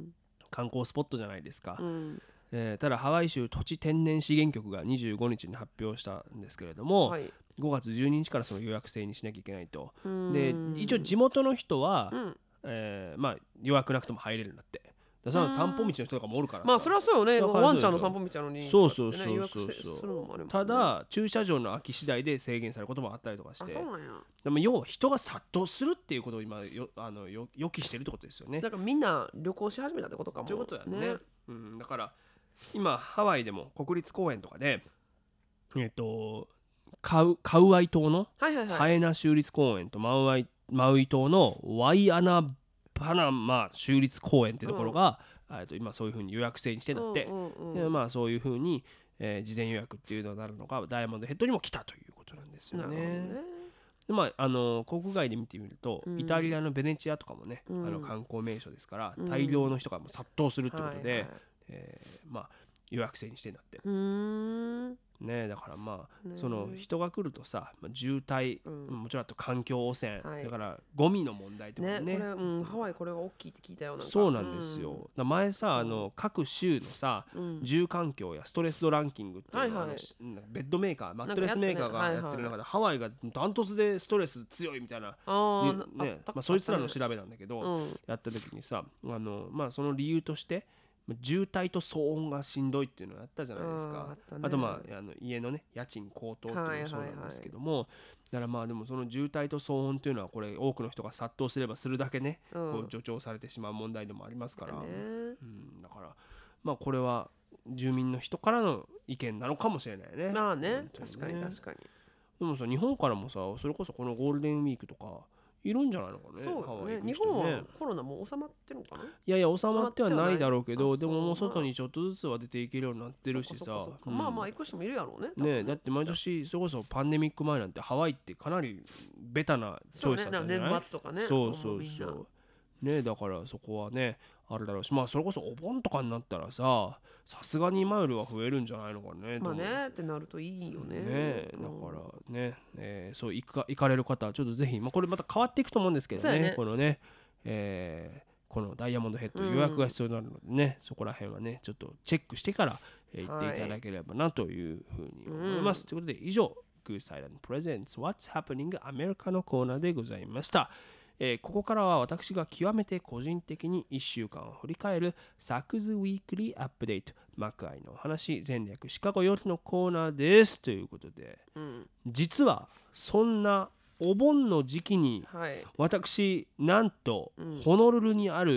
観光スポットじゃないですか、うん、えー、ただハワイ州土地天然資源局がにじゅうごにちに発表したんですけれども、はい、ごがつじゅうににちからその予約制にしなきゃいけないと。で一応地元の人は、うん、えー、まあ予約なくても入れるんだって。だから散歩道の人とかもおるからさ、 まあそれはそうよね、ワンちゃんの散歩道なのにそうそうそうそうそう、ただ駐車場の空き次第で制限されることもあったりとかして、そうなんや。でも要は人が殺到するっていうことを今よあのよ予期してるってことですよね。 だからみんな旅行し始めたってことかも。 ということだよね、うん、だから今ハワイでも国立公園とかでえっ、ー、とカウ、カウアイ島のハエナ州立公園とマウアイ、マウイ島のワイアナパナマ州立公園ってところが、うん、と今そういう風に予約制にしてんだって、うんうんうん、でまあそういう風に、えー、事前予約っていうのになるのがダイヤモンドヘッドにも来たということなんですよね。ねでまあ、あの国外で見てみると、うん、イタリアのベネチアとかもね、うん、あの観光名所ですから、うん、大量の人がもう殺到するってことで、はいはい、えー、まあ予約制にしてんだって。うーんね、だからまあ、ね、その人が来るとさ、まあ、渋滞、うん、もちろんあと環境汚染、はい、だからゴミの問題とかね、ね、 これ、うん、ハワイこれが大きいって聞いたよ。なんかそうなんですよ、うん、だ前さあの各州のさ、うん、住環境やストレス度ランキングっていうの、はいはい、ベッドメーカーマットレスメーカーがやってる中で、ねはいはい、ハワイがダントツでストレス強いみたいな、あ、ね、まあ、そいつらの調べなんだけど、うん、やった時にさあの、まあ、その理由として渋滞と騒音がしんどいっていうのをやったじゃないですか。 あ, あ, ね、あとまああの家のね家賃高騰っていうのもそうなんですけども、はいはいはい、だからまあでもその渋滞と騒音っていうのはこれ多くの人が殺到すればするだけね、うん、こう助長されてしまう問題でもありますから、ね、うん、だからまあこれは住民の人からの意見なのかもしれないね。 まあね、確かに確かに。 でもさ日本からもさそれこそこのゴールデンウィークとかいるんじゃないのかね。 そうだね、日本はコロナもう収まってるのかな。いやいや収まってはないだろうけど、でももう外にちょっとずつは出ていけるようになってるしさ、 うん、まあまあ行く人もいるやろうね。 ね、だって毎年それこそパンデミック前なんてハワイってかなりベタなチョイスだったんじゃない？ そうね、年末とかね。 そうそうそうね、だからそこはねあるだろうし、まあそれこそお盆とかになったらささすがに今よりは増えるんじゃないのかね。 まあねってなるといいよね。 ね、だからね、えー、そう行か行かれる方はちょっとぜひ、まあ、これまた変わっていくと思うんですけど ね, ねこのね、えー、このダイヤモンドヘッド予約が必要になるのでね、うん、そこら辺はねちょっとチェックしてから、えー、行っていただければなというふうに思います、はい、ということで以上グースアイランドプレゼンツ What's Happening アメリカのコーナーでございました。えー、ここからは私が極めて個人的にいっしゅうかんを振り返るサクズウィークリーアップデートマクアイのお話全略シカゴよりのコーナーですということで、うん、実はそんなお盆の時期に、はい、私なんと、うん、ホノルルにある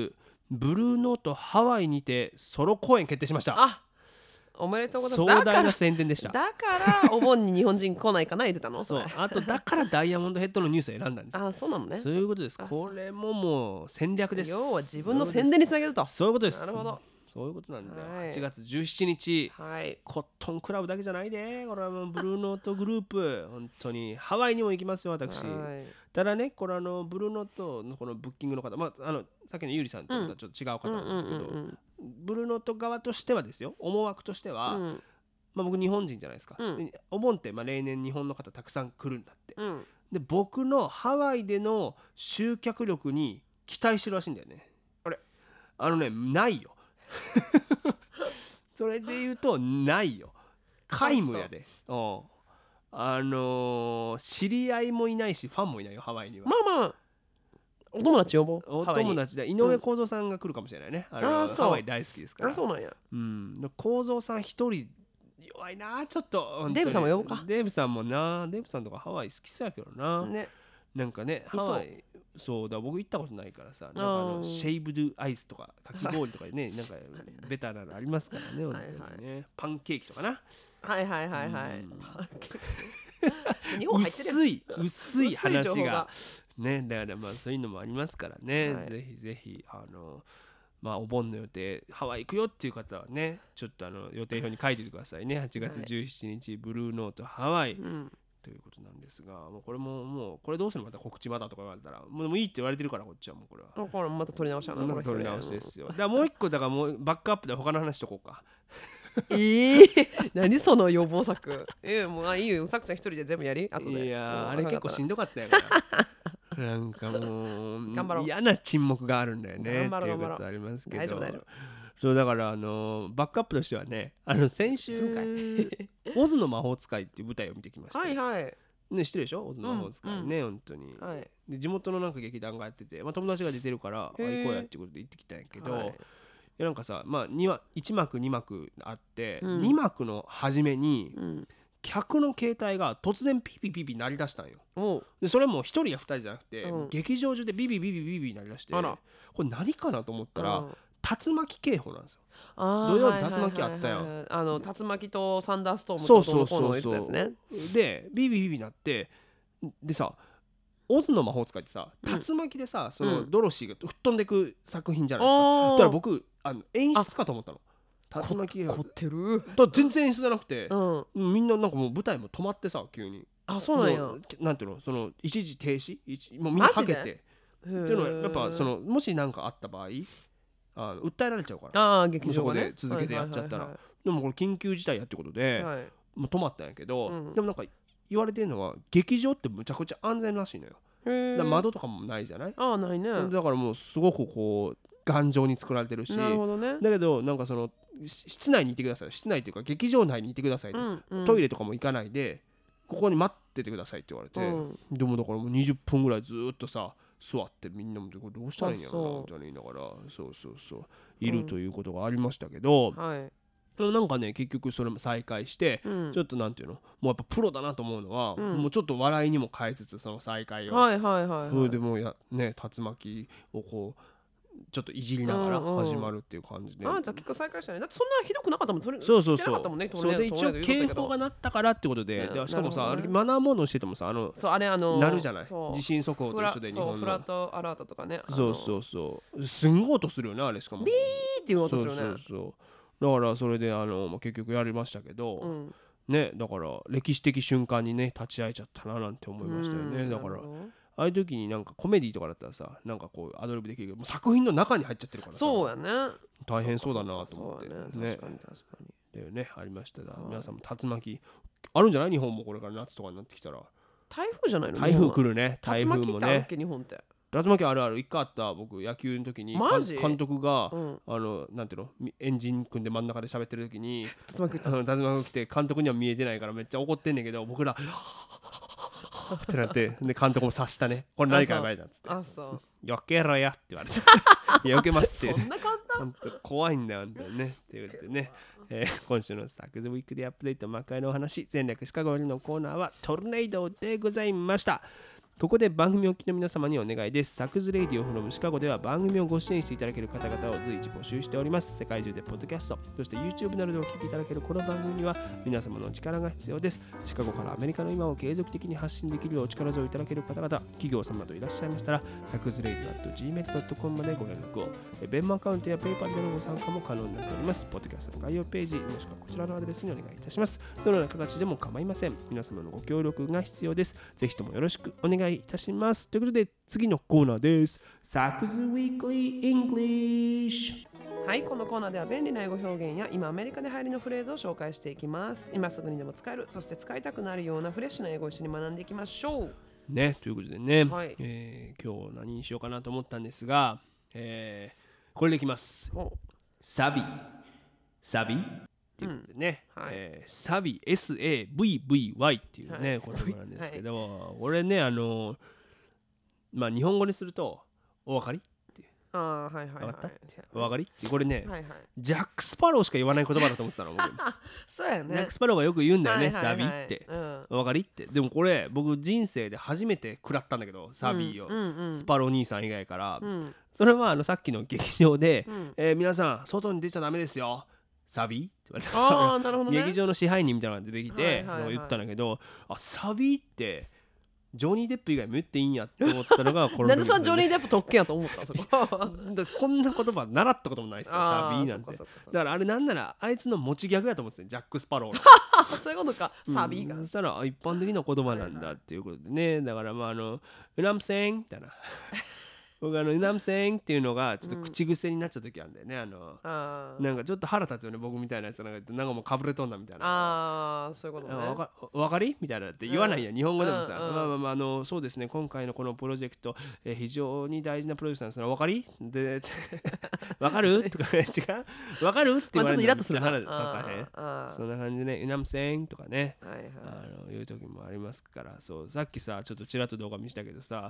ブルーノートハワイにてソロ公演決定しました。 あ、おめでとうございます。 壮大な宣伝でした。 だからお盆に日本人来ないかな言ってたの。 そう、あとだからダイヤモンドヘッドのニュースを選んだんです。 あ、そうなのね。 そういうことです。これももう戦略です。 要は自分の宣伝につなげると。 そういうことです。 なるほど。 そういうことなんで、 はい、 はちがつじゅうしちにち、 はい、 コットンクラブだけじゃないで、これはもうブルーノートグループ本当にハワイにも行きますよ私、はい、ただねこれあのブルーノートのこのブッキングの方、まあ、あのさっきのゆりさんとはちょっと違う方なんですけど、ブルーノート側としてはですよ、思惑としては、うん、まあ、僕日本人じゃないですか、うん、お盆ってまあ例年日本の方たくさん来るんだって、うん、で僕のハワイでの集客力に期待してるらしいんだよね。 あれあのねないよそれで言うとないよ、皆無やで。うん、あのー、知り合いもいないしファンもいないよハワイには。 まあまあお友達呼ぼう。 お友達で井上公造さんが来るかもしれないね、うん、あのあハワイ大好きですから。 あ、そうなんや。 うん、公造さん一人弱いなちょっと。 デーブさんも呼ぼうか。 デーブさんもな、デーブさんとかハワイ好きそうやけどな、ね、なんかねハワイそうだ、僕行ったことないからさ、なんかあのシェイブドアイスとかかき氷とかねなんかベタなのありますからね、本当にね。はいはい、パンケーキとかな。 はいはいはいはい。 日本入ってる薄い薄い話がね、だからまあそういうのもありますからね、はい、ぜひぜひあのまあお盆の予定ハワイ行くよっていう方はね、ちょっとあの予定表に書いててくださいね。はちがつじゅうしちにち、はい、ブルーノートハワイ、うん、ということなんですが、もうこれももうこれどうするのまた告知まだとか言われたらもうでもいいって言われてるからこっちはもうこれは。 これまた取り直しなの。 また取り直しですよ。だからもう一個だからもうバックアップで他の話しとこうか。 えー、何その予防策。えー、もうあいいよ、さくちゃん一人で全部やり。後で。 いやあれ結構しんどかったよからなんかもう嫌な沈黙があるんだよねっていうことありますけど。 大丈夫大丈夫。 そうだからあのバックアップとしてはね、あの先週オズの魔法使いっていう舞台を見てきました。 はいはいね、知ってるでしょオズの魔法使いね、うん、本当に、はい、で地元のなんか劇団がやってて、まあ、友達が出てるからあ行こうやっていうことで行ってきたんやけど、はい、いやなんかさ、まあ、にわいち幕に幕あって、うん、に幕の初めに、うん、客の携帯が突然ピーピーピーピー鳴り出したんよ。でそれも一人や二人じゃなくて、うん、劇場中でビビビビビビ鳴り出して、これ何かなと思ったら、うん、竜巻警報なんですよ。土曜日竜巻あったよ、はいはいはいはい、 あの竜巻とサンダーストームとどのこうのやつですね。 でビビビビなってでさ、オズの魔法使いってさ竜巻でさ、うん、そのドロシーが吹っ飛んでく作品じゃないですか、うん、だから僕あの演出かと思ったの。竜巻が凝ってるだ全然演出じゃなくて、うん、みんななんかもう舞台も止まってさ急に。 あ、そうなんや。 なんていうの、その一時停止もうみんなかけてっていうのはやっぱそのもし何かあった場合あ訴えられちゃうから、 あ劇場がね、 そこで続けてやっちゃったら、はいはいはいはい、でもこれ緊急事態やってことで、はい、もう止まったんやけど、うん、でもなんか言われてるのは劇場ってむちゃくちゃ安全らしいのよ。だから窓とかもないじゃない。 あ、ないね。 だからもうすごくこう頑丈に作られてるし、 なるほどね。 だけどなんかその室内にいてください、室内っていうか劇場内にいてくださいと、うんうん、トイレとかも行かないでここに待っててくださいって言われて、うん、でもだからもうにじゅっぷんぐらいずっとさ座ってみんなもこれどうしたらいいんやろなみたいな言いながらそうそうそういるということがありましたけど、うん、はい、なんかね結局それも再開して、うん、ちょっとなんていうのもうやっぱプロだなと思うのは、うん、もうちょっと笑いにも変えつつその再開を、 はいはいはいはい、 それでもうやね竜巻をこうちょっといじりながら始まるっていう感じで、 うんうん、あじゃあ結構再開したね。だってそんなひどくなかったもん。それそうそうそうなかったもんね。 それで一応警報が鳴ったからってことで、でしかもさ、ね、マナーモードしててもさあのそうあれあの鳴るじゃない、地震速報と一緒で日本のフラットアラートとかね。 そうそうそうすんごい音するよねあれ。しかもビーっていう音するよね。 そうそうそうだからそれであの結局やりましたけど、うん、ねだから歴史的瞬間にね立ち会えちゃったななんて思いましたよね。だからああいう時になんかコメディとかだったらさなんかこうアドリブできるけどもう作品の中に入っちゃってるからさそうやね大変そうだなと思ってね。確かに確かにでねありましたが、皆さんも竜巻あるんじゃない日本もこれから夏とかになってきたら。 台風じゃないの。 台風来るね。台風もね。 日本って竜巻あるある。一回あった僕野球の時に監督が、うん、あのなんていうのエンジン組んで真ん中で喋ってる時に竜巻来て監督には見えてないからめっちゃ怒ってんねんけど僕らってなってで監督も察したね。これ何かやばいなっつってあそう避けろやって言われていや避けますってそんな簡単本当怖いんだよねっていうことでね、えー、今週のスタックズウィークリーアップデート魔界のお話全略シカゴのコーナーはトルネードでございました。 ここで番組をお聞きの皆様にお願いです。サクズレイディオフロムシカゴでは番組をご支援していただける方々を随時募集しております。世界中でポッドキャスト、そして YouTube などでお聞きいただけるこの番組には皆様の力が必要です。シカゴからアメリカの今を継続的に発信できるようお力添えいただける方々、企業様などいらっしゃいましたら、サクズレイディオ アットジーメールドットコム までご連絡を。ベンマアカウントやペイパルでのご参加も可能になっております。ポッドキャストの概要ページ、もしくはこちらのアドレスにお願いいたします。どのような形でも構いません。皆様のご協力が必要です。ぜひともよろしくお願いいたします。ということで次のコーナーです。サクズウィークリーイングリッシュ。 はい、このコーナーでは便利な英語表現や今アメリカで流行りのフレーズを紹介していきます。今すぐにでも使える、そして使いたくなるようなフレッシュな英語を一緒に学んでいきましょう。 ね、ということでね、 はい、 えー、今日何にしようかなと思ったんですが、えー、これでいきます。サビサビっていうことでね、うん、はい、えー、サビ エスエーブイブイワイ っていうね、はい、言葉なんですけど、はい、俺ね、あのまあ日本語にするとお分かりっていう、 あ、はいはいはい、 分かったお分かりってこれね、 はいはい、 ジャック・スパローしか言わない言葉だと思ってたの僕そうやね、 ジャック・スパローがよく言うんだよね、はいはいはい、サビって、 うん、 お分かりって。でもこれ僕人生で初めて食らったんだけど、サビを、うんうんうん、スパロー兄さん以外から、うん、それはあのさっきの劇場で、うん、えー、皆さん外に出ちゃダメですよサビって言われた。 あ、なるほどね、 劇場の支配人みたいなのが出てきて、はいはいはい、言ったんだけど、あ、サビってジョニー・デップ以外も言っていいんやって思ったのがこの、ね、 なんでそのジョニー・デップ特権やと思ったそここんな言葉習ったこともないっすよ、サビなんて。だからあれなんならあいつの持ちギャグやと思ってたね、ジャック・スパローのそういうことか、サビが、 うん、そしたら一般的な言葉なんだっていうことでね。だからまああの「You know what I'm saying?」みたいな僕あの「You know what I'm saying?」っていうのがちょっと口癖になっちゃう時あるんだよね。あのあなんかちょっと腹立つよね、僕みたいなやつなんかなんかもうかぶれとんだみたいな。 ああ、そういうことね。 わか分かりみたいなって言わないや、うん、日本語でもさ、うんうん、まあまあまあ、あのそうですね、今回のこのプロジェクト、えー、非常に大事なプロジェクトなんですが、分かりで分かるとかね、違う分かるって言われるの、まあ、ちょっとイラッとする腹立たへん、そんな感じでね、You know what I'm saying? とかね、はいはい、あのいう時もありますから。そう、さっきさちょっとちらっと動画見せたけどさ、はい、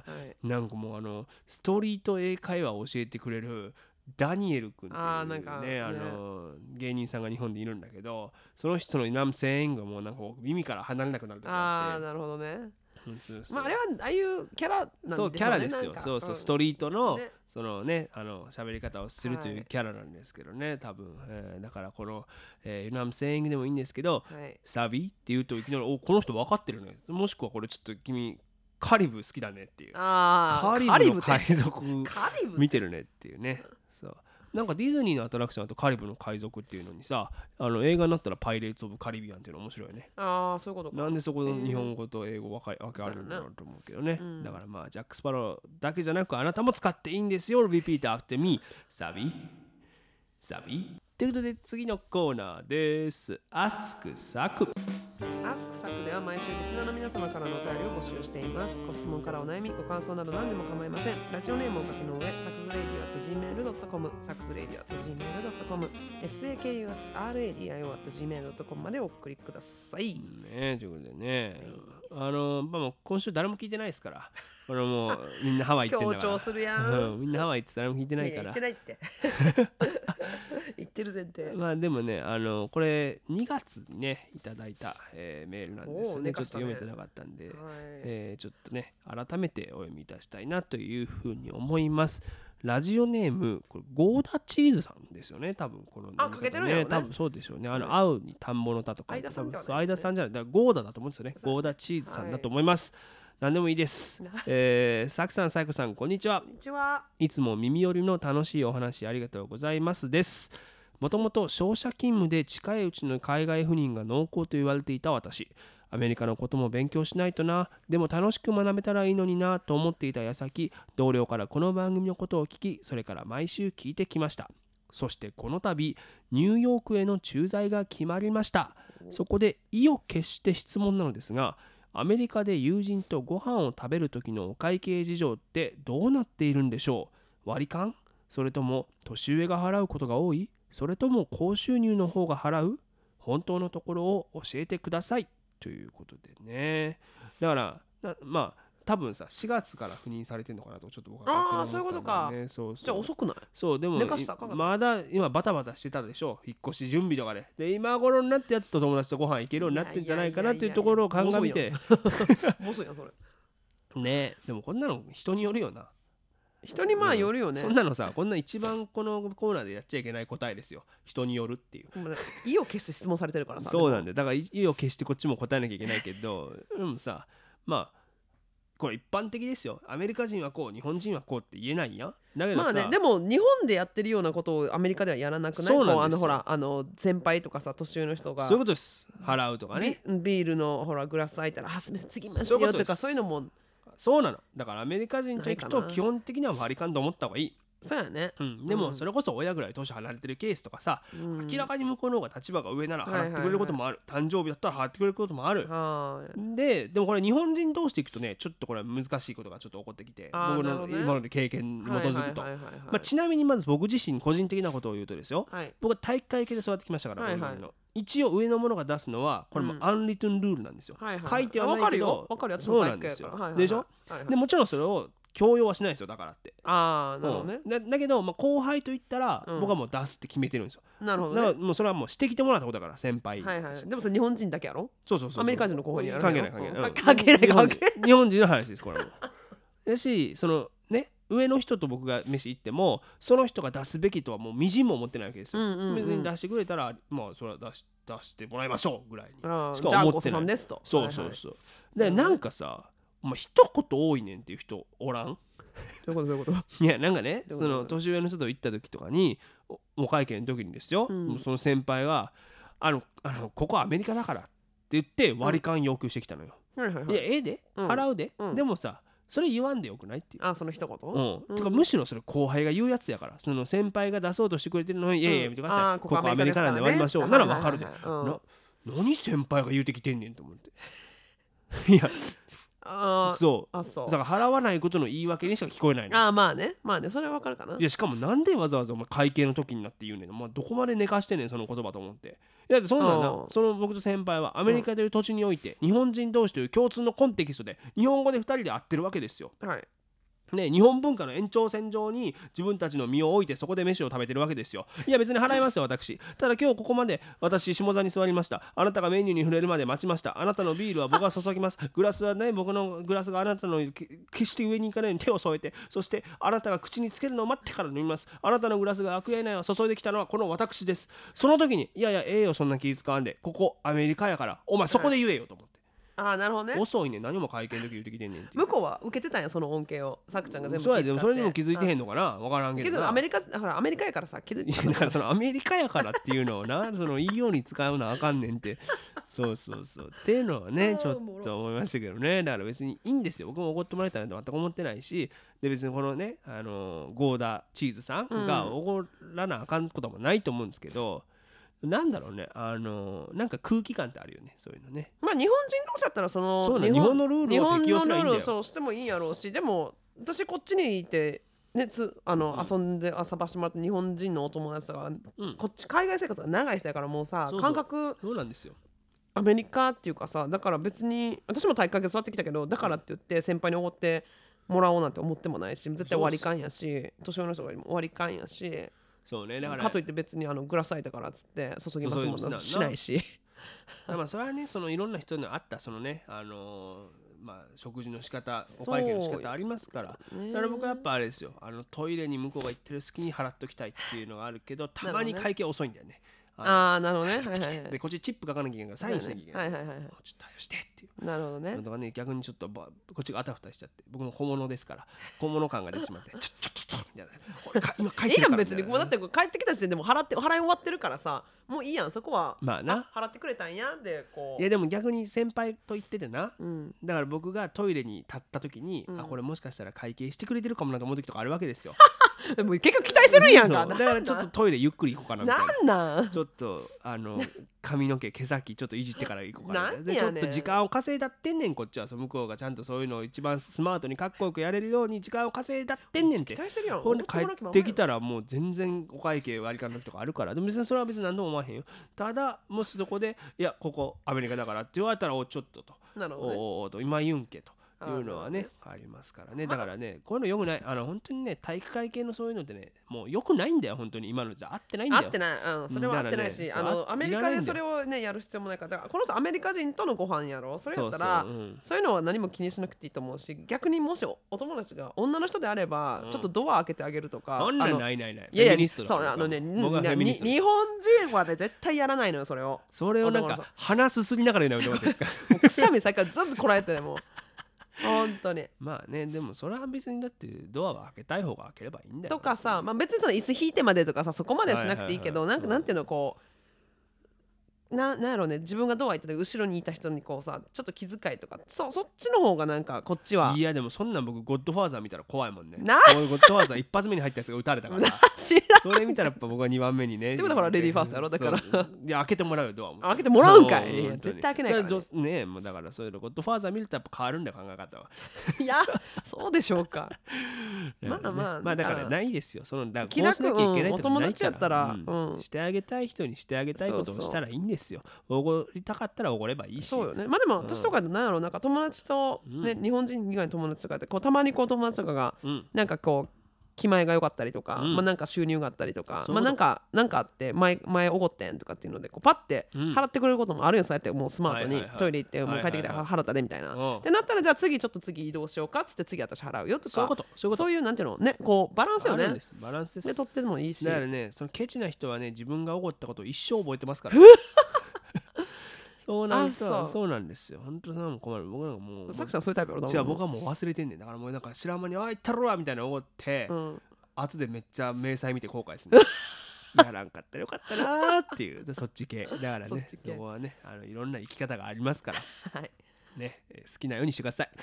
なんかもうあのストリート英会話を教えてくれるダニエル君っていう、ね、あなんかね、あの芸人さんが日本でいるんだけど、その人の「You know what I'm saying?」がもうなんか耳から離れなくなる時あって。あ、 なるほどね。 そうそう、 まあ、あれはああいうキャラなんでしょうね。 そう、キャラですよ。そうそう、ストリートの、ね、そのね、あの喋り方をするというキャラなんですけどね、はい、多分、えー、だからこの、えー、You know what I'm saying でもいいんですけど、はい、サビって言うといきなり、お、この人分かってるね。もしくはこれちょっと君カリブ好きだねっていう、あカリブの海賊見てるねっていうね。そう、なんかディズニーのアトラクションだとカリブの海賊っていうのにさ、あの映画になったらパイレーツ・オブ・カリビアンっていうの面白いね。 ああ、そういうことか。 なんでそこの日本語と英語分かり分けあるんだろうと思うけどね、うん、だからまあジャック・スパローだけじゃなくあなたも使っていいんですよ。 Repeat after me。 サビサビということで次のコーナーです。アスクサク。 アスクサクでは毎週リスナーの皆様からのお便りを募集しています。ご質問からお悩み、ご感想など何でも構いません。ラジオネームを書きの上、サクズレイディオ アットジーメールドットコム、サクズレイディオ アットジーメールドットコム、サクズレイディオ アットジーメールドットコム までお送りください。 ね、ということでね、あのまあ、もう今週誰も聞いてないですから。これもうみんなハワイ行ってんだから。 強調するやん、 うん、みんなハワイって誰も聞いてないから。いや、 言ってないって言ってる前提。まあでもね、あのこれにがつにねいただいた、えー、メールなんですよね。ちょっと読めてなかったんで、はい、えー、ちょっとね改めてお読みいたしたいなというふうに思います。ラジオネームこれゴーダチーズさんですよね、多分この、ね、 あ、かけてるんやろね。 多分そうでしょうね。あの、青に田んぼの田とか、相田さんじゃない、相田さんじゃない、だからゴーダだと思うんですよね。ゴーダチーズさんだと思います。はい、何でもいいです。えー、サクさん、サイコさん、こんにちは。 こんにちは。 いつも耳寄りの楽しいお話ありがとうございますです。もともと商社勤務で近いうちの海外赴任が濃厚と言われていた私。アメリカのことも勉強しないとな、でも楽しく学べたらいいのになと思っていた矢先、同僚からこの番組のことを聞き、それから毎週聞いてきました。そしてこの度、ニューヨークへの駐在が決まりました。そこで意を決して質問なのですが、アメリカで友人とご飯を食べる時のお会計事情ってどうなっているんでしょう。割り勘？それとも年上が払うことが多い？それとも高収入の方が払う？本当のところを教えてくださいということでね。だからまあ多分さしがつから赴任されてるのかなとちょっと僕は勝手に思ったんだよね。ああ、そういうことか。そうそう、じゃあ遅くない？そうでもまだ今バタバタしてたでしょ、引っ越し準備とかで。で今頃になってやっと友達とご飯行けるようになってんじゃないかなというところを鑑みて。 もうそうやそれ。 ね。でもこんなの人によるよな。 人にまあよるよね、 うん、そんなのさ、こんな一番このコーナーでやっちゃいけない答えですよ。人によるっていう。 意を決して質問されてるからさ。 そうなんだよ。だから意を決してこっちも答えなきゃいけないけど、でもさ、まあこれ一般的ですよ。アメリカ人はこう、日本人はこうって言えないやん。だけどさ、 まあね、でも日本でやってるようなことをアメリカではやらなくない？ そうなんですよ。 こうあのほらあの先輩とかさ、年上の人がそういうことです。払うとかね。 ビ, ビールのほらグラス空いたら、あ、すみません次ますよとか、そういうのも。 そうなの。だからアメリカ人と行くと基本的には割り勘と思った方がいい。 そうやね、 うん、でもそれこそ親ぐらい年離れてるケースとかさ、うん、明らかに向こうの方が立場が上なら払ってくれることもある、はいはいはい、誕生日だったら払ってくれることもある。ででもこれ日本人同士でいくとね、ちょっとこれ難しいことがちょっと起こってきて、僕の今まで経験に基づくと、ちなみにまず僕自身個人的なことを言うとですよ、はい、僕は体育会系で育ってきましたから、はいはい、の一応上の者が出すのはこれもアンリトンルールなんですよ、うんはいはい、書いてはないけど、 分かるよ、 そうなんですよ、はいはいはい、でしょ、はいはい、でもちろんそれを強要はしないですよ、だからって。 ああ、なるほどね。 だ, だけど、まあ、後輩と言ったら、うん、僕はもう出すって決めてるんですよ。 なるほどね。 だからもうそれはもうしてきてもらったことだから、先輩。 はいはい。でもそれ日本人だけやろ？ そうそうそうそう。 アメリカ人の後輩にやる関係ない関係ない。 関係ない関係ない。 日本人の話です、これはもう。だし、そのね、上の人と僕が飯行っても、その人が出すべきとはもうみじんも思ってないわけですよ。うんうんうん、別に出してくれたら、まあそれは出し出してもらいましょうぐらいにしか思ってない。 じゃあごさんですと。 そうそうそう。はいはい、で、なんかさ、まあ、一言多いねんっていう人おらん？ どういうことどういうこと？ いやなんかね、その年上の人と行った時とかに、お, お会計の時にですよ、うん、もうその先輩があのあのここアメリカだからって言って割り勘要求してきたのよ、うんはいはいはい、いやええで、うん、払うで、うん、でもさそれ言わんでよくないっていう。 あ、その一言、 うんうん、てかむしろそれ後輩が言うやつやから、その先輩が出そうとしてくれてるのに、うん、いやいや見てください、ここアメリカなんで割りましょう、なら分かるで、はいはいはいはい、な何先輩が言うてきてんねんと思っていやあそうあそうだから払わないことの言い訳にしか聞こえないの。 あまあねまあねそれはわかるかな。 いやしかもなんでわざわざお前会計の時になって言うねん、まあ、どこまで寝かしてんねんその言葉と思って。いやそんなんな、その僕と先輩はアメリカという土地において、うん、日本人同士という共通のコンテキストで日本語でふたりで会ってるわけですよ。 はいね、日本文化の延長線上に自分たちの身を置いてそこで飯を食べてるわけですよ。いや別に払いますよ私。ただ今日ここまで私下座に座りました。あなたがメニューに触れるまで待ちました。あなたのビールは僕が注ぎます。グラスはね僕のグラスがあなたの決して上に行かないように手を添えて、そしてあなたが口につけるのを待ってから飲みます。あなたのグラスが悪やいないを注いできたのはこの私です。その時にいやいやええよそんな気使わんで、ここアメリカやからお前そこで言えよと思って。 ああなるほどね。 遅いね、何も会見の時言ってきてんねんって。 向こうは受けてたんやその恩恵を、さくちゃんが全部気遣って。 そうやでもそれにも気づいてへんのかな、分からんけどな。 けどアメリカほらアメリカやからさ気づいてた。 だからそのアメリカやからっていうのをなそのいいように使うのはあかんねんってそうそうそうっていうのはねちょっと思いましたけどね。だから別にいいんですよ、僕もおごってもらえたなんて全く思ってないし、で別にこのねあのゴーダチーズさんがおごらなあかんこともないと思うんですけど、うん、なんだろうね、あのなんか空気感ってあるよね、そういうのね。 まあ日本人同士だったらそのそう日本のルールを適用すればいいんだよ。日本のルールそうしてもいいやろうし、でも私こっちにいてねつあの、うん、遊んで遊ばしてもらって日本人のお友達とか、うん、こっち海外生活が長い人やからもうさそうそう感覚そうなんですよ。 アメリカっていうかさ、だから別に私も体育会系育ってきたけど、だからって言って先輩におごってもらおうなんて思ってもないし、絶対割り勘やし、年上の人が割り勘やし。 そうね、だからかといって別にあのグラス空いたからっつって注ぎますもんなしないしまあそれはねそのいろんな人にあったそのねあのー、まあ食事の仕方お会計の仕方ありますから、だから僕はやっぱあれですよ、あのトイレに向こうが行ってる隙に払っときたいっていうのがあるけど、たまに会計遅いんだよね。 ああなるほどね、はいはいはい、 でこっちチップ書かなきゃいけないからサインしなきゃいけない、 はいはいはいはい、 ちょっと対応してっていう。 なるほどね。 だからね逆にちょっとこっちがあたふたしちゃって、僕も小物ですから小物感が出てしまってちょちょちょちょみたいな俺か今書いてるからいいやん別にもうだって帰ってきた時点でも払って払い終わってるからさ、もういいやんそこは。 まあな払ってくれたんやでこう。 いやでも逆に先輩と言っててな、 うん、 だから僕がトイレに立った時に、うん、あこれもしかしたら会計してくれてるかもなと思う時とかあるわけですよでも結構期待するんやんか。 だからちょっとトイレゆっくり行こうかなみたいな。 なんなんちょっとあの髪の毛毛先ちょっといじってから行こうかなでちょっと時間を稼いだってんねんこっちは。向こうがちゃんとそういうのを一番スマートにかっこよくやれるように時間を稼いだってんねんって。 期待してるやん。 ほんで帰ってきたらもう全然お会計割り勘の時とかあるから、でも別にそれは別に何とも思わへんよ。ただもしそこでいやここアメリカだからって言われたらおちょっととなるほど、ね、 おおと今言うんけというのはねありますからね。だからねこういうのよくない。あの本当にね体育会系のそういうのってねもうよくないんだよ本当に。今のじゃ合ってないんだよ。 合ってない、うん、それは合ってないし、ね、あのアメリカでそれをねやる必要もないから。だからこの人アメリカ人とのご飯やろう。それやったらそうそう、うん、そういうのは何も気にしなくていいと思うし、逆にもし お, お友達が女の人であれば、うん、ちょっとドア開けてあげるとか。 そんなないないない。 いやいやそうあのね僕はフェミニスト。日本人はね絶対やらないのよそれを。 それをなんか鼻すすりながら言うのはどうですか。 くしゃみさっきからずっとこらえてねもう。本当にまあねでもそれは別にだってドアは開けたい方が開ければいいんだよとかさ、まあ、別にその椅子引いてまでとかさそこまではしなくていいけど、はいはいはい、なんかなんていうのこうな, なんやろうね自分がドア開いてて後ろにいた人にこうさちょっと気遣いとか そ, そっちの方がなんかこっちはいやでもそんなん僕ゴッドファーザー見たら怖いもんね。 なゴッドファーザー一発目に入ったやつが撃たれたから知らんそれ見たらやっぱ僕はにばんめにねってことはほらレディーファーストやろだからいや開けてもらうよドアも開けてもらうんかい。いや絶対開けないからね, ねもうだからそういうのゴッドファーザー見るとやっぱ変わるんだよ考え方はいやそうでしょうかまあまあまあだからないですよそのだからこうしなきゃいけないとかないから、うん、お友達やったら、 うんうん、してあげたい人にしてあげたいことをしたらいいんですよ。おごりたかったらおごればいいし。 そうよね。まあでも私とかって何やろうなんか友達と、ねうん、日本人以外の友達とかってこうたまにこう友達とかが、うん、なんかこう気前が良かったりとか、うん、まあなんか収入があったりとか、まあなんかなんかあって前前おごってんとかっていうのでこうパッて払ってくれることもあるよ。そうやってもうスマートにトイレ行ってもう帰ってきて払ったでみたいな。ってなったらじゃあ次ちょっと次移動しようかっつって次私払うよとか。 そういうことそういうことそういうなんていうのねこうバランスよね。 バランスです。 でとってもいいし。 だからねそのケチな人はね自分がおごったことを一生覚えてますから。そうなんですよ。そうなんですよ。本当そんなも困る。僕なんかもう。 さくちゃんそういうタイプやろ。 違う僕はもう忘れてんねん。だからもうなんか知らん間にあいったろわみたいなのおごって、うん、後でめっちゃ明細見て後悔する、ね。やらんかったらよかったなーっていうそっち系。だからねそ, そこはねあのいろんな生き方がありますから。 はい。 ね、好きなようにしてください。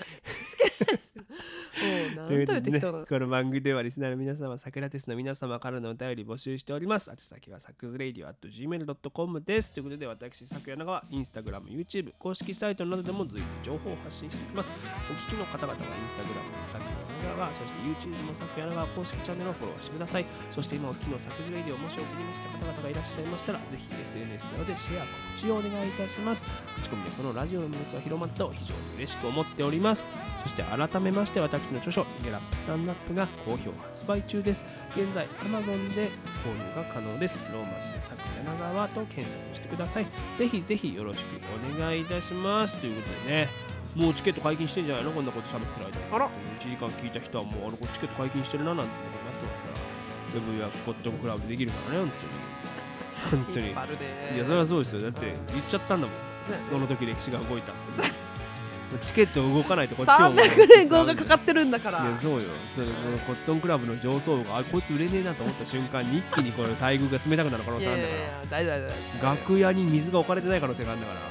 もうなんと言ってきそうな、 ね、この番組ではリスナーの皆様、サクラテスの皆様からのお便り募集しております。宛先はサクズレイディオ アットジーメールドットコム です。ということで私、サクヤナガはインスタグラム、YouTube、公式サイトなどでも随時情報を発信していきます。お聞きの方々はインスタグラムのサクヤナガ、そして YouTube のサクヤナガ公式チャンネルをフォローしてください。そして今お聞きのサクズレイディオもしお気に召した方々がいらっしゃいましたら、ぜひ エスエヌエス などでシェア、告知をお願いいたします。口コミでこのラジオの魅力が広まったと非常に嬉しく思っております。そして改めまして私の著書ゲラップスタンドアップが好評発売中です。現在 Amazon で購入が可能です。ローマ字でサク柳川と検索してください。ぜひぜひよろしくお願いいたしますということでね、もうチケット解禁してんじゃないのこんなこと喋ってる間に。 あらいちじかん聞いた人はもうあのチケット解禁してるななんてことになってますから、ウェブやコットンクラブできるからね本当に本当に。いやそれはそうですよ。だって言っちゃったんだもん。その時歴史が動いたってチケット動かないとこっちもさんびゃくねん号がかかってるんだから。 いやそうよ。それこのコットンクラブの上層部があこいつ売れねえなと思った瞬間に一気にこれ待遇が冷たくなる可能性あるんだから。いやいや大丈夫大丈夫。楽屋に水が置かれてない可能性があるんだから。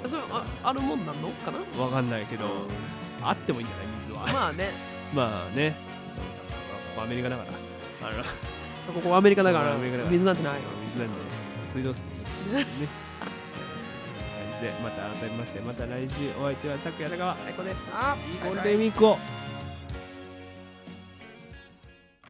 それ あ, あるもんなんのかなわかんないけど、うん、あってもいいんじゃない水は。 まあねまあねそうだからここアメリカだからあのそここアメリカだから水なんてない。 水なんで水道水ねでまた改めましてまた来週お相手はサクヤナガワ。 最高でした。 いいゴールデンウィークを。